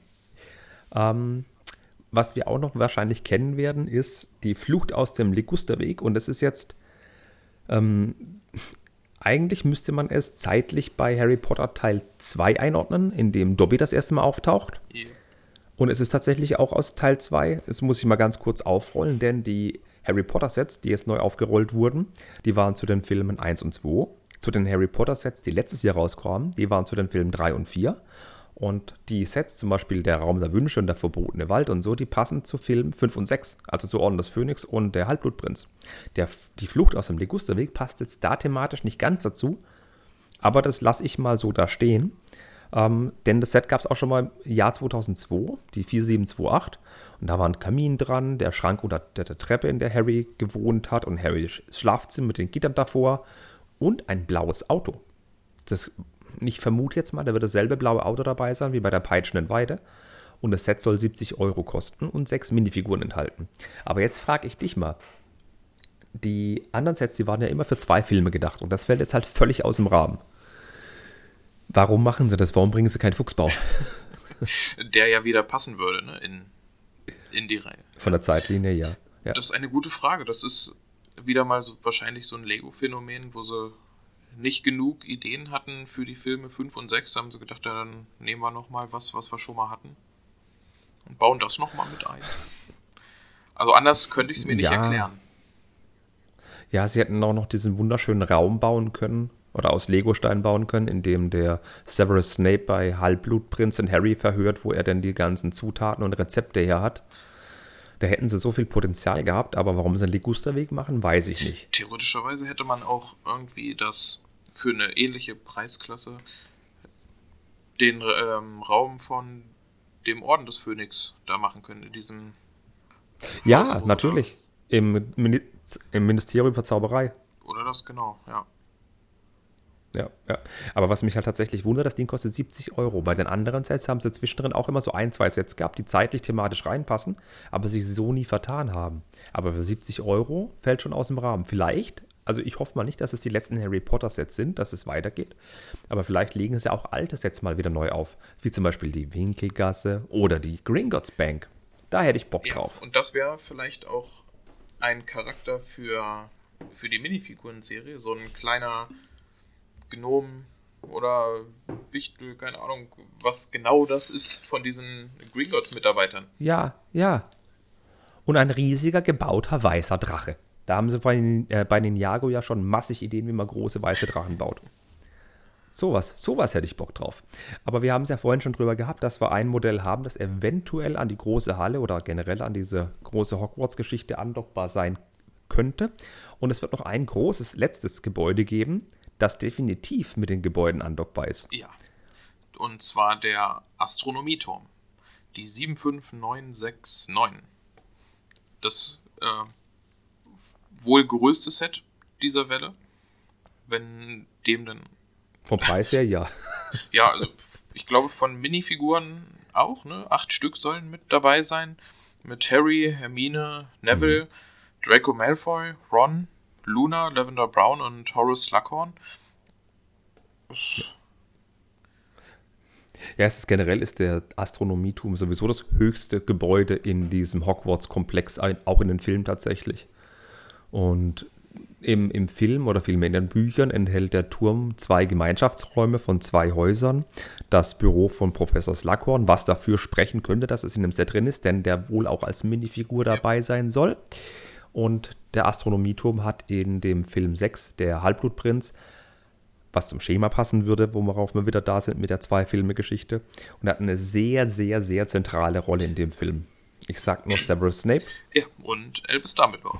Was wir auch noch wahrscheinlich kennen werden, ist die Flucht aus dem Ligusterweg. Und das ist jetzt, eigentlich müsste man es zeitlich bei Harry Potter Teil 2 einordnen, in dem Dobby das erste Mal auftaucht. Yeah. Und es ist tatsächlich auch aus Teil 2. Das muss ich mal ganz kurz aufrollen, denn die Harry Potter Sets, die jetzt neu aufgerollt wurden, die waren zu den Filmen 1 und 2. Zu den Harry Potter Sets, die letztes Jahr rauskamen, die waren zu den Filmen 3 und 4. Und die Sets, zum Beispiel der Raum der Wünsche und der verbotene Wald und so, die passen zu Filmen 5 und 6, also zu Orden des Phönix und der Halbblutprinz. Die Flucht aus dem Ligusterweg passt jetzt da thematisch nicht ganz dazu, aber das lasse ich mal so da stehen. Denn das Set gab es auch schon mal im Jahr 2002, die 4728. Und da war ein Kamin dran, der Schrank unter der Treppe, in der Harry gewohnt hat, und Harrys Schlafzimmer mit den Gittern davor und ein blaues Auto. Ich vermute jetzt mal, da wird dasselbe blaue Auto dabei sein wie bei der peitschenden Weide. Und das Set soll 70 Euro kosten und 6 Minifiguren enthalten. Aber jetzt frage ich dich mal, die anderen Sets, die waren ja immer für 2 Filme gedacht, und das fällt jetzt halt völlig aus dem Rahmen. Warum machen sie das? Warum bringen sie keinen Fuchsbau? Der ja wieder passen würde, ne? In die Reihe. Von der Zeitlinie, ja. Das ist eine gute Frage. Das ist wieder mal wahrscheinlich so ein Lego-Phänomen, wo sie nicht genug Ideen hatten für die Filme 5 und 6. Haben sie gedacht, ja, dann nehmen wir nochmal was wir schon mal hatten. Und bauen das nochmal mit ein. Also anders könnte ich es mir nicht erklären. Ja, sie hätten auch noch diesen wunderschönen Raum bauen können oder aus Legostein bauen können, in dem der Severus Snape bei Halbblutprinz und Harry verhört, wo er denn die ganzen Zutaten und Rezepte her hat. Da hätten sie so viel Potenzial gehabt, aber warum sie einen Ligusterweg machen, weiß ich nicht. Theoretischerweise hätte man auch irgendwie das für eine ähnliche Preisklasse den Raum von dem Orden des Phönix da machen können, in diesem Ja, Haus, natürlich. Im Ministerium für Zauberei. Oder das, genau, ja. Ja, ja. Aber was mich halt tatsächlich wundert, das Ding kostet 70 Euro. Bei den anderen Sets haben sie zwischendrin auch immer so 1, 2 Sets gehabt, die zeitlich thematisch reinpassen, aber sich so nie vertan haben. Aber für 70 Euro fällt schon aus dem Rahmen. Vielleicht, also ich hoffe mal nicht, dass es die letzten Harry Potter Sets sind, dass es weitergeht, aber vielleicht legen sie auch alte Sets mal wieder neu auf, wie zum Beispiel die Winkelgasse oder die Gringotts Bank. Da hätte ich Bock drauf. Und das wäre vielleicht auch ein Charakter für die Minifiguren-Serie, so ein kleiner Gnom oder Wichtel, keine Ahnung, was genau das ist von diesen Gringotts-Mitarbeitern. Ja, ja. Und ein riesiger, gebauter, weißer Drache. Da haben sie bei Ninjago ja schon massig Ideen, wie man große, weiße Drachen baut. Sowas hätte ich Bock drauf. Aber wir haben es ja vorhin schon drüber gehabt, dass wir ein Modell haben, das eventuell an die große Halle oder generell an diese große Hogwarts-Geschichte andockbar sein könnte. Und es wird noch ein großes, letztes Gebäude geben, das definitiv mit den Gebäuden andockbar ist. Ja, und zwar der Astronomieturm. Die 75969. Das wohl größte Set dieser Welle. Wenn dem dann... Vom Preis her, ja. Ja, also ich glaube von Minifiguren auch, ne? 8 Stück sollen mit dabei sein. Mit Harry, Hermine, Neville, Draco Malfoy, Ron, Luna, Lavender Brown und Horace Slughorn. Ja, generell ist der Astronomieturm sowieso das höchste Gebäude in diesem Hogwarts-Komplex, auch in den Filmen tatsächlich. Und im Film oder vielmehr in den Büchern enthält der Turm 2 Gemeinschaftsräume von 2 Häusern. Das Büro von Professor Slughorn, was dafür sprechen könnte, dass es in dem Set drin ist, denn der wohl auch als Minifigur dabei sein soll. Und der Astronomieturm hat in dem Film 6, der Halbblutprinz, was zum Schema passen würde, worauf wir wieder da sind mit der 2-Filme-Geschichte. Und er hat eine sehr, sehr, sehr zentrale Rolle in dem Film. Ich sag nur Severus Snape. Ja, und Albus Dumbledore.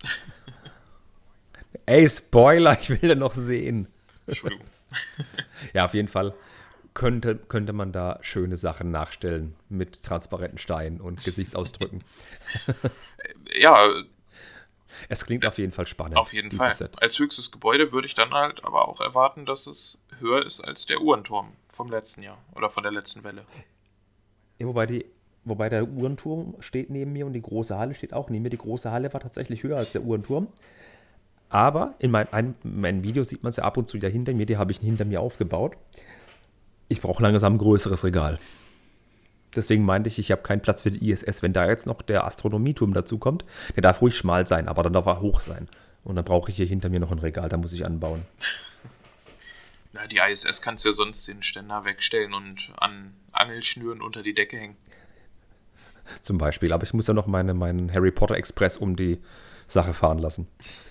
Ey, Spoiler, ich will den noch sehen. Entschuldigung. Ja, auf jeden Fall könnte man da schöne Sachen nachstellen mit transparenten Steinen und Gesichtsausdrücken. Ja, es klingt auf jeden Fall spannend. Auf jeden Fall. Set. Als höchstes Gebäude würde ich dann halt aber auch erwarten, dass es höher ist als der Uhrenturm vom letzten Jahr oder von der letzten Welle. Ja, wobei der Uhrenturm steht neben mir und die große Halle steht auch neben mir. Die große Halle war tatsächlich höher als der Uhrenturm. Aber in meinen Videos sieht man es ja ab und zu ja hinter mir. Die habe ich hinter mir aufgebaut. Ich brauche langsam ein größeres Regal. Deswegen meinte ich habe keinen Platz für die ISS. Wenn da jetzt noch der Astronomieturm dazu kommt, der darf ruhig schmal sein, aber dann darf er hoch sein. Und dann brauche ich hier hinter mir noch ein Regal, da muss ich anbauen. Na, die ISS kannst du ja sonst den Ständer wegstellen und an Angelschnüren unter die Decke hängen. Zum Beispiel, aber ich muss ja noch meinen Harry Potter Express um die Sache fahren lassen.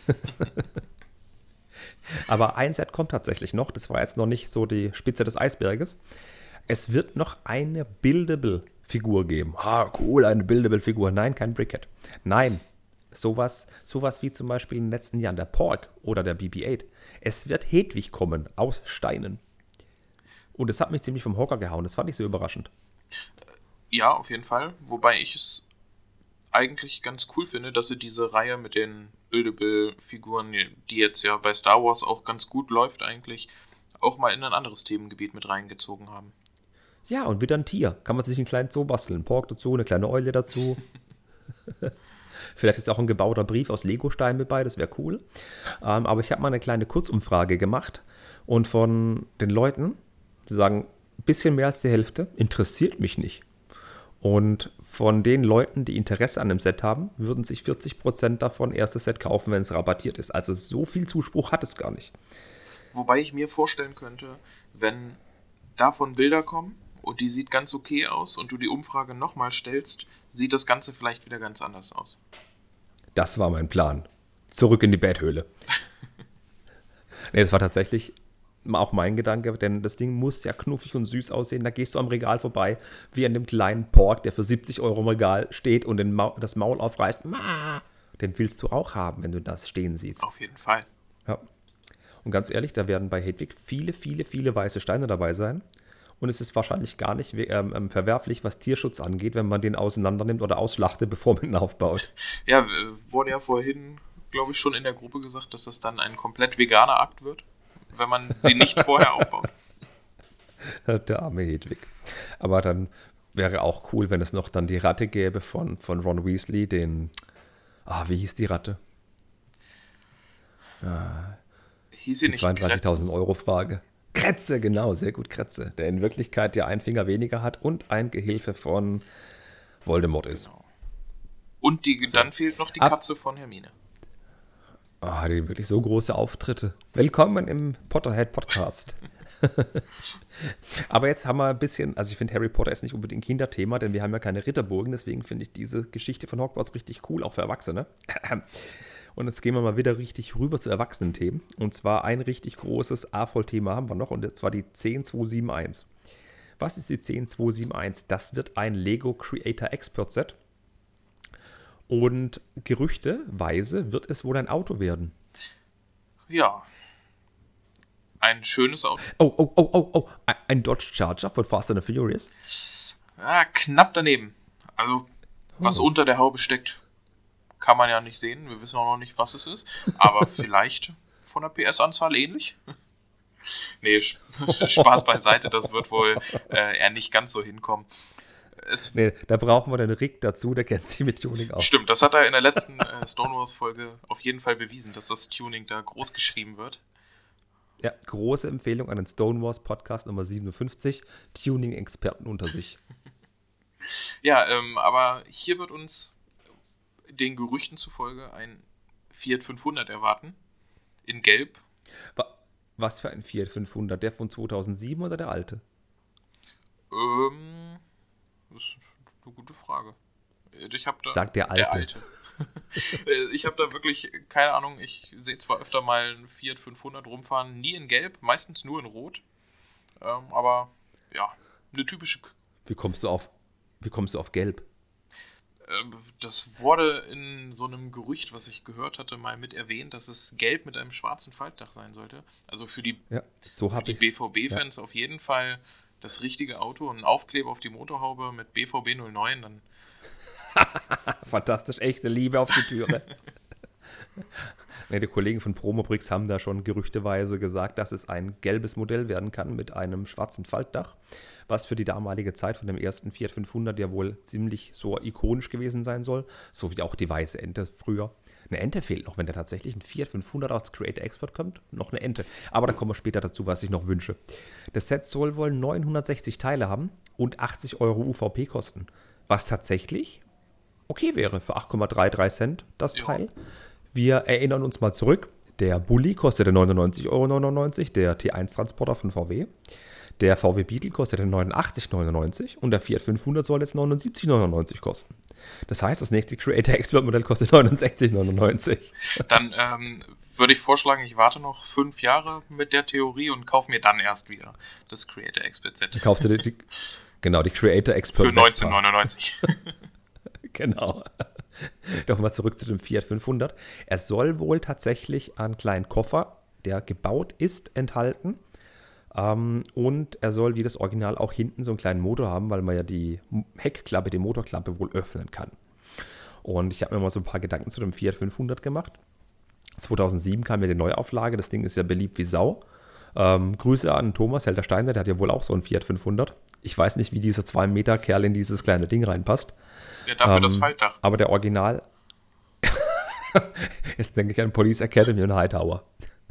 Aber ein Set kommt tatsächlich noch, das war jetzt noch nicht so die Spitze des Eisberges. Es wird noch eine Buildable-Figur geben. Ah, cool, eine Buildable-Figur. Nein, kein Brickhead. Nein, sowas wie zum Beispiel in den letzten Jahren der Porg oder der BB-8. Es wird Hedwig kommen, aus Steinen. Und das hat mich ziemlich vom Hocker gehauen. Das fand ich so überraschend. Ja, auf jeden Fall. Wobei ich es eigentlich ganz cool finde, dass sie diese Reihe mit den Buildable-Figuren, die jetzt ja bei Star Wars auch ganz gut läuft eigentlich, auch mal in ein anderes Themengebiet mit reingezogen haben. Ja, und wieder ein Tier. Kann man sich einen kleinen Zoo basteln. Ein Pork dazu, eine kleine Eule dazu. Vielleicht ist auch ein gebauter Brief aus Legostein mit bei, das wäre cool. Aber ich habe mal eine kleine Kurzumfrage gemacht. Und von den Leuten, die sagen, ein bisschen mehr als die Hälfte, interessiert mich nicht. Und von den Leuten, die Interesse an dem Set haben, würden sich 40% davon erst das Set kaufen, wenn es rabattiert ist. Also so viel Zuspruch hat es gar nicht. Wobei ich mir vorstellen könnte, wenn davon Bilder kommen und die sieht ganz okay aus und du die Umfrage nochmal stellst, sieht das Ganze vielleicht wieder ganz anders aus. Das war mein Plan. Zurück in die Betthöhle. Nee, das war tatsächlich auch mein Gedanke, denn das Ding muss ja knuffig und süß aussehen. Da gehst du am Regal vorbei, wie an dem kleinen Pork, der für 70 € im Regal steht und das Maul aufreißt. Den willst du auch haben, wenn du das stehen siehst. Auf jeden Fall. Ja. Und ganz ehrlich, da werden bei Hedwig viele, viele, viele weiße Steine dabei sein. Und es ist wahrscheinlich gar nicht verwerflich, was Tierschutz angeht, wenn man den auseinandernimmt oder ausschlachtet, bevor man ihn aufbaut. Ja, wurde ja vorhin, glaube ich, schon in der Gruppe gesagt, dass das dann ein komplett veganer Akt wird, wenn man sie nicht vorher aufbaut. Der arme Hedwig. Aber dann wäre auch cool, wenn es noch dann die Ratte gäbe von Ron Weasley, wie hieß die Ratte? Hieß sie die nicht 32.000 € Frage. Kretze, genau, sehr gut, Kretze. Der in Wirklichkeit ja einen Finger weniger hat und ein Gehilfe von Voldemort ist. Genau. Und dann fehlt noch die Katze von Hermine. Hat die wirklich so große Auftritte. Willkommen im Potterhead-Podcast. Aber jetzt haben wir ein bisschen, also ich finde Harry Potter ist nicht unbedingt ein Kinderthema, denn wir haben ja keine Ritterburgen, deswegen finde ich diese Geschichte von Hogwarts richtig cool, auch für Erwachsene. Und jetzt gehen wir mal wieder richtig rüber zu Erwachsenen-Themen. Und zwar ein richtig großes A-Voll-Thema haben wir noch, und zwar die 10271. Was ist die 10271? Das wird ein Lego Creator Expert Set. Und gerüchteweise wird es wohl ein Auto werden. Ja. Ein schönes Auto. Oh. Ein Dodge Charger von Fast and the Furious. Knapp daneben. Also, was unter der Haube steckt, kann man ja nicht sehen. Wir wissen auch noch nicht, was es ist. Aber vielleicht von der PS-Anzahl ähnlich. Nee, Spaß beiseite. Das wird wohl eher nicht ganz so hinkommen. Nee, da brauchen wir den Rick dazu, der kennt sich mit Tuning aus. Stimmt, das hat er in der letzten Stonewalls-Folge auf jeden Fall bewiesen, dass das Tuning da groß geschrieben wird. Ja, große Empfehlung an den Stonewalls Podcast Nummer 57, Tuning-Experten unter sich. Ja, aber hier wird uns den Gerüchten zufolge ein Fiat 500 erwarten, in Gelb. Was für ein Fiat 500? Der von 2007 oder der alte? Das ist eine gute Frage. Sagt der Alte. Ich habe da wirklich keine Ahnung. Ich sehe zwar öfter mal einen Fiat 500 rumfahren, nie in Gelb, meistens nur in Rot. Aber ja, eine typische. Wie kommst du auf Gelb? Das wurde in so einem Gerücht, was ich gehört hatte, mal mit erwähnt, dass es gelb mit einem schwarzen Faltdach sein sollte. Also für die BVB-Fans auf jeden Fall das richtige Auto, ein Aufkleber auf die Motorhaube mit BVB 09, dann fantastisch, echte Liebe auf die Türe. Die Kollegen von Promobrix haben da schon gerüchteweise gesagt, dass es ein gelbes Modell werden kann mit einem schwarzen Faltdach, was für die damalige Zeit von dem ersten Fiat 500 ja wohl ziemlich so ikonisch gewesen sein soll, so wie auch die weiße Ente früher. Eine Ente fehlt noch, wenn der tatsächlich ein Fiat 500 als Creator Expert kommt, noch eine Ente. Aber da kommen wir später dazu, was ich noch wünsche. Das Set soll wohl 960 Teile haben und 80 Euro UVP kosten, was tatsächlich okay wäre für 8,33 Cent das Teil. Wir erinnern uns mal zurück. Der Bulli kostete 99,99 Euro, der T1-Transporter von VW. Der VW Beetle kostete 89,99 und der Fiat 500 soll jetzt 79,99 kosten. Das heißt, das nächste Creator Expert Modell kostet 69,99. Dann würde ich vorschlagen, ich warte noch 5 Jahre mit der Theorie und kaufe mir dann erst wieder das Creator Expert Set. Dann kaufst du die Creator Expert für 19,99. Genau. Nochmal zurück zu dem Fiat 500. Er soll wohl tatsächlich einen kleinen Koffer, der gebaut ist, enthalten. Und er soll wie das Original auch hinten so einen kleinen Motor haben, weil man ja die Heckklappe, die Motorklappe wohl öffnen kann. Und ich habe mir mal so ein paar Gedanken zu dem Fiat 500 gemacht. 2007 kam ja die Neuauflage, das Ding ist ja beliebt wie Sau. Grüße an Thomas Helder Steiner, der hat ja wohl auch so einen Fiat 500. Ich weiß nicht, wie dieser 2 Meter Kerl in dieses kleine Ding reinpasst. Ja, dafür das Faltdach. Aber der Original ist, denke ich, an Police Academy und Hightower.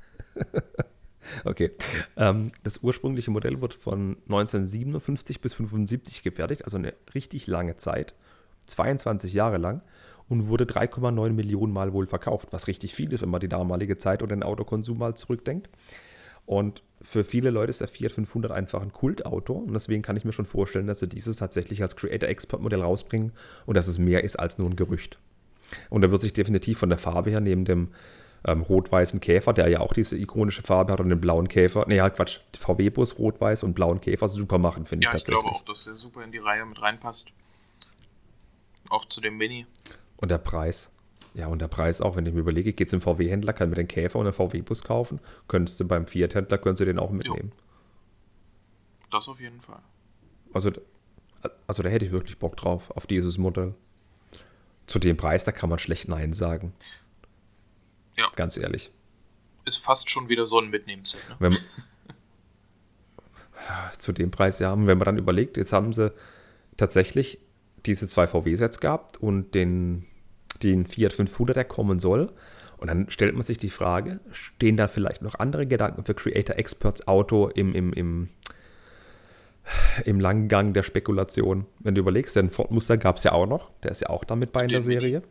Okay. Das ursprüngliche Modell wurde von 1957 bis 1975 gefertigt, also eine richtig lange Zeit, 22 Jahre lang, und wurde 3,9 Millionen Mal wohl verkauft, was richtig viel ist, wenn man die damalige Zeit oder den Autokonsum mal zurückdenkt. Und für viele Leute ist der Fiat 500 einfach ein Kultauto und deswegen kann ich mir schon vorstellen, dass sie dieses tatsächlich als Creator Expert Modell rausbringen und dass es mehr ist als nur ein Gerücht. Und da wird sich definitiv von der Farbe her neben dem rot-weißen Käfer, der ja auch diese ikonische Farbe hat, und den blauen Käfer, VW-Bus rot-weiß und blauen Käfer super machen, finde ich tatsächlich. Ja, ich glaube auch, dass der super in die Reihe mit reinpasst. Auch zu dem Mini. Und der Preis. Ja, und der Preis auch, wenn ich mir überlege, geht zum VW-Händler, kann mir den Käfer und einen VW-Bus kaufen, könntest du beim Fiat-Händler, könntest du den auch mitnehmen. Jo. Das auf jeden Fall. Also da hätte ich wirklich Bock drauf, auf dieses Modell. Zu dem Preis, da kann man schlecht Nein sagen. Ja. Ganz ehrlich. Ist fast schon wieder so ein Mitnehmset, ne? Zu dem Preis, ja. Und wenn man dann überlegt, jetzt haben sie tatsächlich diese 2 VW-Sets gehabt und den Fiat 500, der kommen soll. Und dann stellt man sich die Frage, stehen da vielleicht noch andere Gedanken für Creator Experts Auto im langen Gang der Spekulation? Wenn du überlegst, den Ford Mustang gab es ja auch noch, der ist ja auch damit bei in der Serie.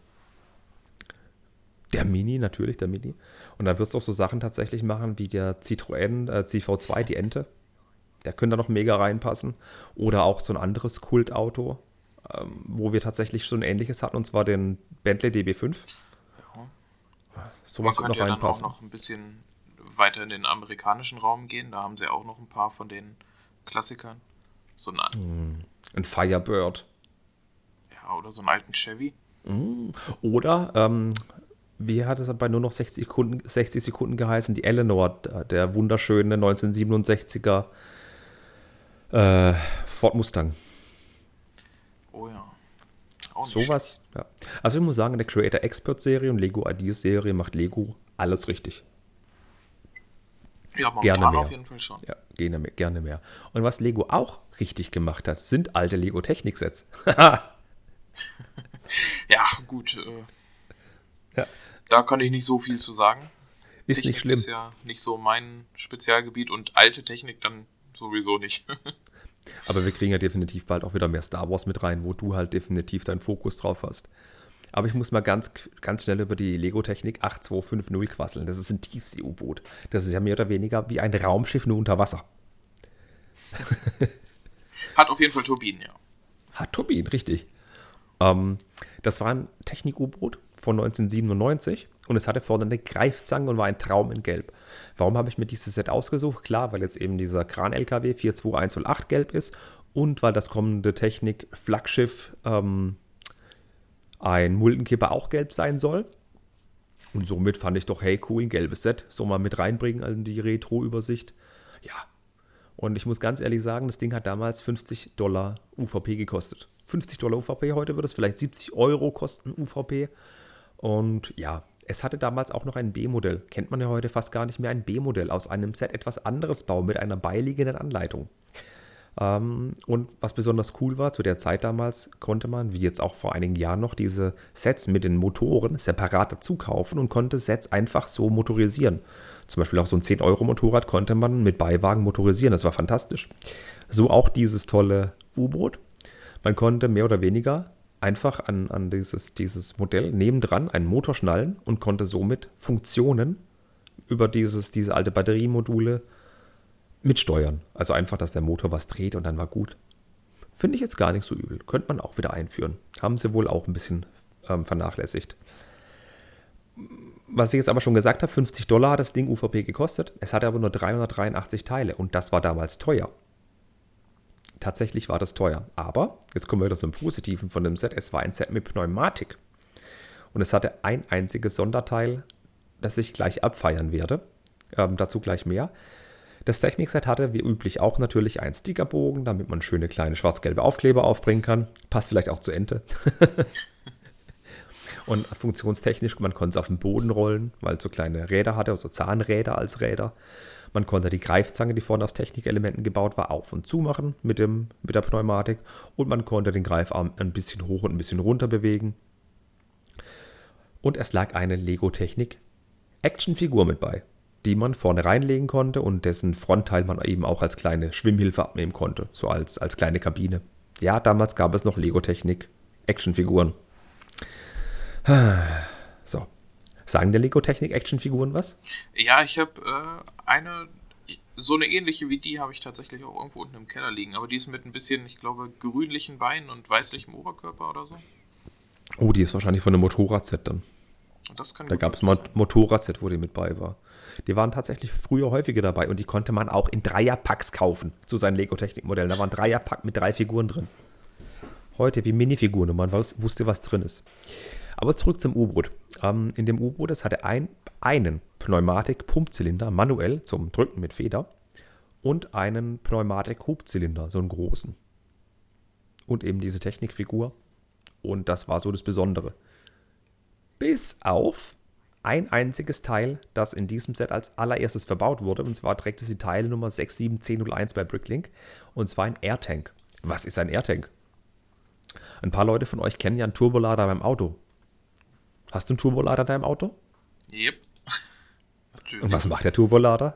Der Mini, natürlich, der Mini. Und dann wirst du auch so Sachen tatsächlich machen, wie der Citroën CV2, die Ente. Der könnte da noch mega reinpassen. Oder auch so ein anderes Kultauto, wo wir tatsächlich so ein ähnliches hatten, und zwar den Bentley DB5. Man Sowas wird könnte noch ja dann auch reinpassen. noch ein bisschen weiter in den amerikanischen Raum gehen. Da haben sie auch noch ein paar von den Klassikern. So eine, Ein Firebird. ja, oder so einen alten Chevy. Oder, wie hat es bei nur noch 60 Sekunden geheißen? Die Eleanor, der wunderschöne 1967er Ford Mustang. Oh ja, auch nicht schlecht. Sowas, ja. Also ich muss sagen, in der Creator Expert Serie und Lego Ideas Serie macht Lego alles richtig. Ja, Gerne momentan auf mehr. jeden Fall schon. Ja, gerne mehr. Und was Lego auch richtig gemacht hat, sind alte Lego Technik-Sets. Ja, gut, Ja. da kann ich nicht so viel zu sagen. Ist nicht Technik schlimm. ist ja nicht so mein Spezialgebiet und alte Technik dann sowieso nicht. Aber wir kriegen ja definitiv bald auch wieder mehr Star Wars mit rein, wo du halt definitiv deinen Fokus drauf hast. Aber ich muss mal ganz schnell über die Lego-Technik 8250 quasseln. Das ist ein Tiefsee-U-Boot. Das ist ja mehr oder weniger wie ein Raumschiff nur unter Wasser. Hat auf jeden Fall Turbinen, ja. Hat Turbinen, richtig. Das war ein Technik-U-Boot von 1997 und es hatte vorne eine Greifzange und war ein Traum in Gelb. Warum habe ich mir dieses Set ausgesucht? Klar, weil jetzt eben dieser Kran-LKW 42108 gelb ist und weil das kommende Technik-Flaggschiff ein Muldenkipper auch gelb sein soll. Und somit fand ich doch, hey, cool, ein gelbes Set. So mal mit reinbringen in die Retro-Übersicht. Ja. Und ich muss ganz ehrlich sagen, das Ding hat damals $50 UVP gekostet. $50 UVP, heute würde es vielleicht 70 Euro kosten, UVP. Und ja, es hatte damals auch noch ein B-Modell. Kennt man ja heute fast gar nicht mehr, ein B-Modell aus einem Set etwas anderes bauen mit einer beiliegenden Anleitung. Und was besonders cool war, zu der Zeit damals konnte man, wie jetzt auch vor einigen Jahren noch, diese Sets mit den Motoren separat dazu kaufen und konnte Sets einfach so motorisieren. Zum Beispiel auch so ein 10-Euro-Motorrad konnte man mit Beiwagen motorisieren. Das war fantastisch. So auch dieses tolle U-Boot. Man konnte mehr oder weniger einfach an dieses Modell nebendran einen Motor schnallen und konnte somit Funktionen über diese alte Batteriemodule mitsteuern. Also einfach, dass der Motor was dreht und dann war gut. Finde ich jetzt gar nicht so übel. Könnte man auch wieder einführen. Haben sie wohl auch ein bisschen vernachlässigt. Was ich jetzt aber schon gesagt habe, $50 hat das Ding UVP gekostet. Es hatte aber nur 383 Teile und das war damals teuer. Tatsächlich war das teuer. Aber, jetzt kommen wir wieder zum Positiven von dem Set, es war ein Set mit Pneumatik. Und es hatte ein einziges Sonderteil, das ich gleich abfeiern werde. Dazu gleich mehr. Das Technikset hatte wie üblich auch natürlich einen Stickerbogen, damit man schöne kleine schwarz-gelbe Aufkleber aufbringen kann. Passt vielleicht auch zur Ente. Und funktionstechnisch, man konnte es auf den Boden rollen, weil es so kleine Räder hatte, also Zahnräder als Räder. Man konnte die Greifzange, die vorne aus Technikelementen gebaut war, auf und zu machen mit der Pneumatik. Und man konnte den Greifarm ein bisschen hoch und ein bisschen runter bewegen. Und es lag eine Lego-Technik-Actionfigur mit bei, die man vorne reinlegen konnte und dessen Frontteil man eben auch als kleine Schwimmhilfe abnehmen konnte, so als kleine Kabine. Ja, damals gab es noch Lego-Technik-Actionfiguren. So. Sagen der Lego-Technik-Actionfiguren was? Ja, ich habe so eine ähnliche wie die habe ich tatsächlich auch irgendwo unten im Keller liegen, aber die ist mit ein bisschen, ich glaube, grünlichen Beinen und weißlichem Oberkörper oder so. Oh, die ist wahrscheinlich von einem Motorradset dann. Und das kann Da gut gab es möglich ein sein. Motorradset, wo die mit bei war. Die waren tatsächlich früher häufiger dabei und die konnte man auch in Dreierpacks kaufen zu seinen Lego-Technik-Modellen. Da war ein Dreierpack mit 3 Figuren drin. Heute wie Minifiguren und man wusste, was drin ist. Aber zurück zum U-Boot. In dem U-Boot, es hatte einen Pneumatik-Pumpzylinder manuell zum Drücken mit Feder und einen Pneumatik-Hubzylinder, so einen großen. Und eben diese Technikfigur. Und das war so das Besondere. Bis auf ein einziges Teil, das in diesem Set als allererstes verbaut wurde. Und zwar trägt es die Teilnummer 67101 bei Bricklink. Und zwar ein Airtank. Was ist ein Airtank? Ein paar Leute von euch kennen ja einen Turbolader beim Auto. Hast du einen Turbolader in deinem Auto? Yep. Natürlich. Und was macht der Turbolader?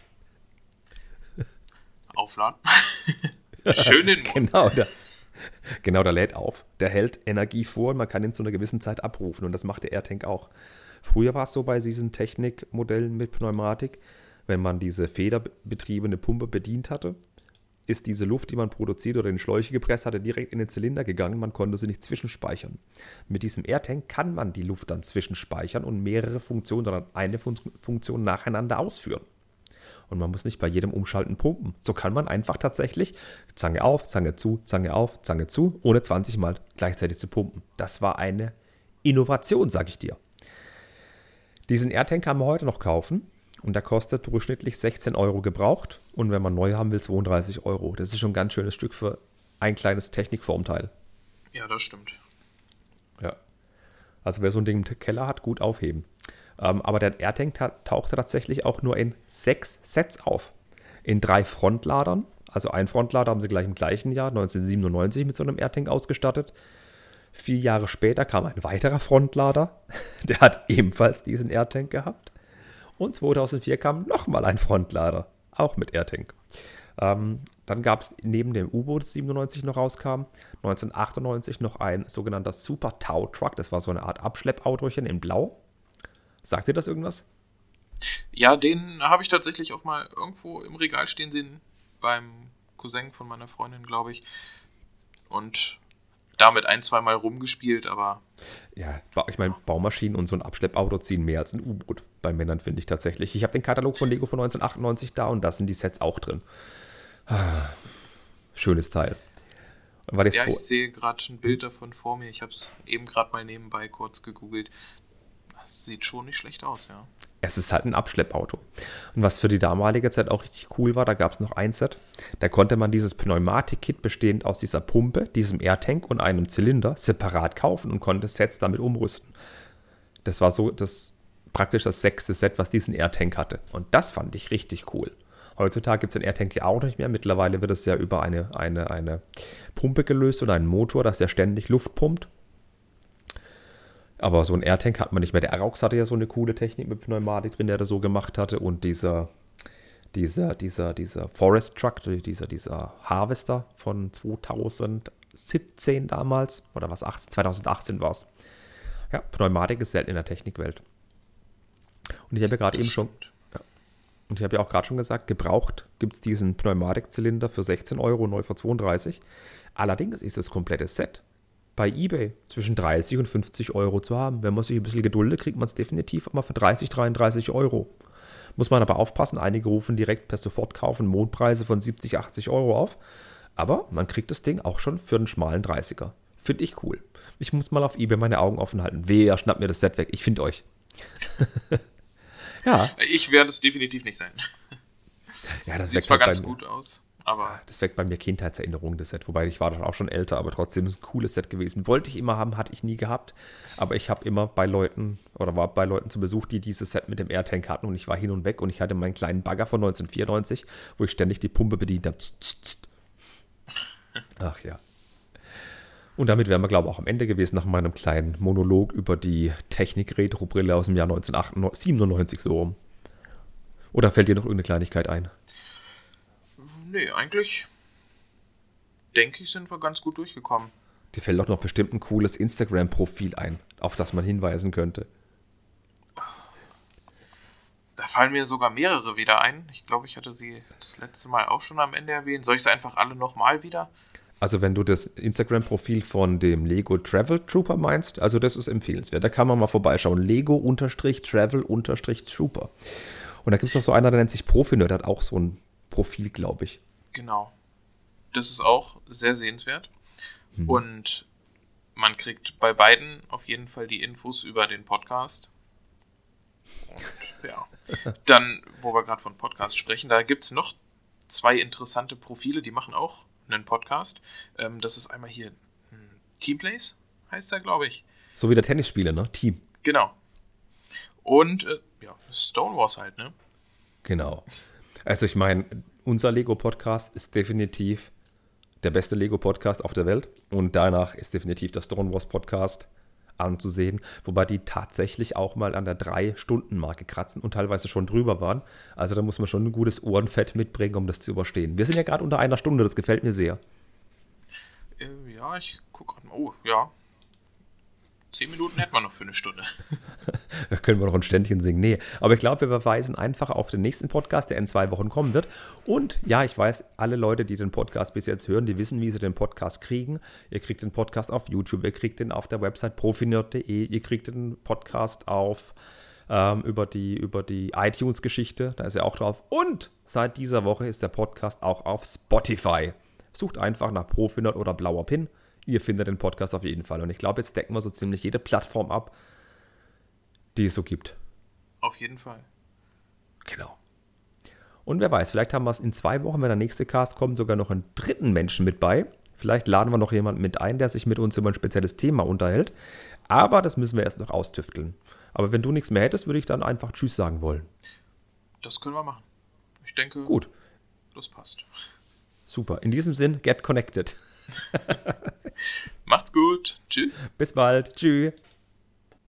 Aufladen. Schön den Mund. Genau, der lädt auf. Der hält Energie vor und man kann ihn zu einer gewissen Zeit abrufen. Und das macht der AirTank auch. Früher war es so bei diesen Technikmodellen mit Pneumatik, wenn man diese federbetriebene Pumpe bedient hatte, ist diese Luft, die man produziert oder in Schläuche gepresst hatte, direkt in den Zylinder gegangen. Man konnte sie nicht zwischenspeichern. Mit diesem AirTank kann man die Luft dann zwischenspeichern und mehrere Funktionen oder eine Funktion nacheinander ausführen. Und man muss nicht bei jedem Umschalten pumpen. So kann man einfach tatsächlich Zange auf, Zange zu, ohne 20 Mal gleichzeitig zu pumpen. Das war eine Innovation, sag ich dir. Diesen AirTank kann man heute noch kaufen und der kostet durchschnittlich 16 Euro gebraucht. Und wenn man neu haben will, 32 Euro. Das ist schon ein ganz schönes Stück für ein kleines Technikformteil. Ja, das stimmt. Ja. Also wer so ein Ding im Keller hat, gut aufheben. Aber der AirTank tauchte tatsächlich auch nur in 6 Sets auf. In 3 Frontladern. Also ein Frontlader haben sie gleich im gleichen Jahr, 1997, mit so einem AirTank ausgestattet. 4 Jahre später kam ein weiterer Frontlader. Der hat ebenfalls diesen AirTank gehabt. Und 2004 kam nochmal ein Frontlader, auch mit AirTank. Dann gab es neben dem U-Boot, das 97 noch rauskam, 1998 noch ein sogenannter Super Tow Truck. Das war so eine Art Abschleppautochen in Blau. Sagt dir das irgendwas? Ja, den habe ich tatsächlich auch mal irgendwo im Regal stehen sehen, beim Cousin von meiner Freundin, glaube ich. Und damit 1-2 Mal rumgespielt, aber... Ja, ich meine, Baumaschinen und so ein Abschleppauto ziehen mehr als ein U-Boot bei Männern, finde ich tatsächlich. Ich habe den Katalog von Lego von 1998 da und da sind die Sets auch drin. Schönes Teil. Ja, ich sehe gerade ein Bild davon vor mir. Ich habe es eben gerade mal nebenbei kurz gegoogelt. Das sieht schon nicht schlecht aus, ja. Es ist halt ein Abschleppauto. Und was für die damalige Zeit auch richtig cool war, da gab es noch ein Set. Da konnte man dieses Pneumatik-Kit bestehend aus dieser Pumpe, diesem Airtank und einem Zylinder separat kaufen und konnte Sets damit umrüsten. Das war so praktisch das 6. Set, was diesen Airtank hatte. Und das fand ich richtig cool. Heutzutage gibt es den Airtank ja auch nicht mehr. Mittlerweile wird es ja über eine Pumpe gelöst oder einen Motor, dass der ständig Luft pumpt. Aber so ein Airtank hat man nicht mehr. Der Arox hatte ja so eine coole Technik mit Pneumatik drin, der das so gemacht hatte. Und dieser Forest Truck, dieser Harvester von 2017 damals, oder was, 2018 war es. Ja, Pneumatik ist selten in der Technikwelt. Und ich habe ja gerade eben schon, und ich habe ja auch gerade schon gesagt, gebraucht gibt es diesen Pneumatikzylinder für 16 Euro, neu für 32. Allerdings ist das komplette Set bei eBay zwischen 30 und 50 Euro zu haben. Wenn man sich ein bisschen geduldet, kriegt man es definitiv mal für 30, 33 Euro. Muss man aber aufpassen, einige rufen direkt per Sofortkauf Mondpreise von 70, 80 Euro auf. Aber man kriegt das Ding auch schon für einen schmalen 30er. Finde ich cool. Ich muss mal auf eBay meine Augen offen halten. Wer schnappt mir das Set weg? Ich finde euch. Ja. Ich werde es definitiv nicht sein. Ja, das sieht zwar ganz gut aus. Aber das weckt bei mir Kindheitserinnerungen, das Set. Wobei ich war dann auch schon älter, aber trotzdem ist es ein cooles Set gewesen. Wollte ich immer haben, hatte ich nie gehabt. Aber ich habe immer war bei Leuten zu Besuch, die dieses Set mit dem Airtank hatten. Und ich war hin und weg und ich hatte meinen kleinen Bagger von 1994, wo ich ständig die Pumpe bedient habe. Ach ja. Und damit wären wir, glaube ich, auch am Ende gewesen nach meinem kleinen Monolog über die Technik-Retro-Brille aus dem Jahr 1997 so rum. Oder fällt dir noch irgendeine Kleinigkeit ein? Nee, eigentlich denke ich, sind wir ganz gut durchgekommen. Dir fällt doch noch bestimmt ein cooles Instagram-Profil ein, auf das man hinweisen könnte. Da fallen mir sogar mehrere wieder ein. Ich glaube, ich hatte sie das letzte Mal auch schon am Ende erwähnt. Soll ich sie einfach alle nochmal wieder? Also wenn du das Instagram-Profil von dem Lego Travel Trooper meinst, also das ist empfehlenswert. Da kann man mal vorbeischauen. Lego-Travel-Trooper. Und da gibt es noch so einer, der nennt sich Profi-Nerd, hat auch so ein Profil, glaube ich. Genau. Das ist auch sehr sehenswert. Und man kriegt bei beiden auf jeden Fall die Infos über den Podcast. Und ja, dann, wo wir gerade von Podcast sprechen, da gibt es noch 2 interessante Profile, die machen auch einen Podcast. Das ist einmal hier Teamplays, heißt er, glaube ich. So wie der Tennisspieler, ne? Team. Genau. Und Stonewars halt, ne? Genau. Also ich meine, unser Lego-Podcast ist definitiv der beste Lego-Podcast auf der Welt. Und danach ist definitiv der Stonewars-Podcast anzusehen. Wobei die tatsächlich auch mal an der 3-Stunden-Marke kratzen und teilweise schon drüber waren. Also da muss man schon ein gutes Ohrenfett mitbringen, um das zu überstehen. Wir sind ja gerade unter 1 Stunde, das gefällt mir sehr. Ja, ich gucke gerade mal. Oh, ja. 10 Minuten hätten wir noch für eine Stunde. Da können wir noch ein Ständchen singen. Nee, aber ich glaube, wir verweisen einfach auf den nächsten Podcast, der in 2 Wochen kommen wird. Und ja, ich weiß, alle Leute, die den Podcast bis jetzt hören, die wissen, wie sie den Podcast kriegen. Ihr kriegt den Podcast auf YouTube, ihr kriegt den auf der Website profinerd.de, ihr kriegt den Podcast auf über die iTunes-Geschichte, da ist er auch drauf. Und seit dieser Woche ist der Podcast auch auf Spotify. Sucht einfach nach Profinerd oder Blauer Pin. Ihr findet den Podcast auf jeden Fall. Und ich glaube, jetzt decken wir so ziemlich jede Plattform ab, die es so gibt. Auf jeden Fall. Genau. Und wer weiß, vielleicht haben wir es in 2 Wochen, wenn der nächste Cast kommt, sogar noch einen dritten Menschen mit bei. Vielleicht laden wir noch jemanden mit ein, der sich mit uns über ein spezielles Thema unterhält. Aber das müssen wir erst noch austüfteln. Aber wenn du nichts mehr hättest, würde ich dann einfach Tschüss sagen wollen. Das können wir machen. Ich denke, gut. Das passt. Super. In diesem Sinn, get connected. Macht's gut. Tschüss. Bis bald. Tschüss.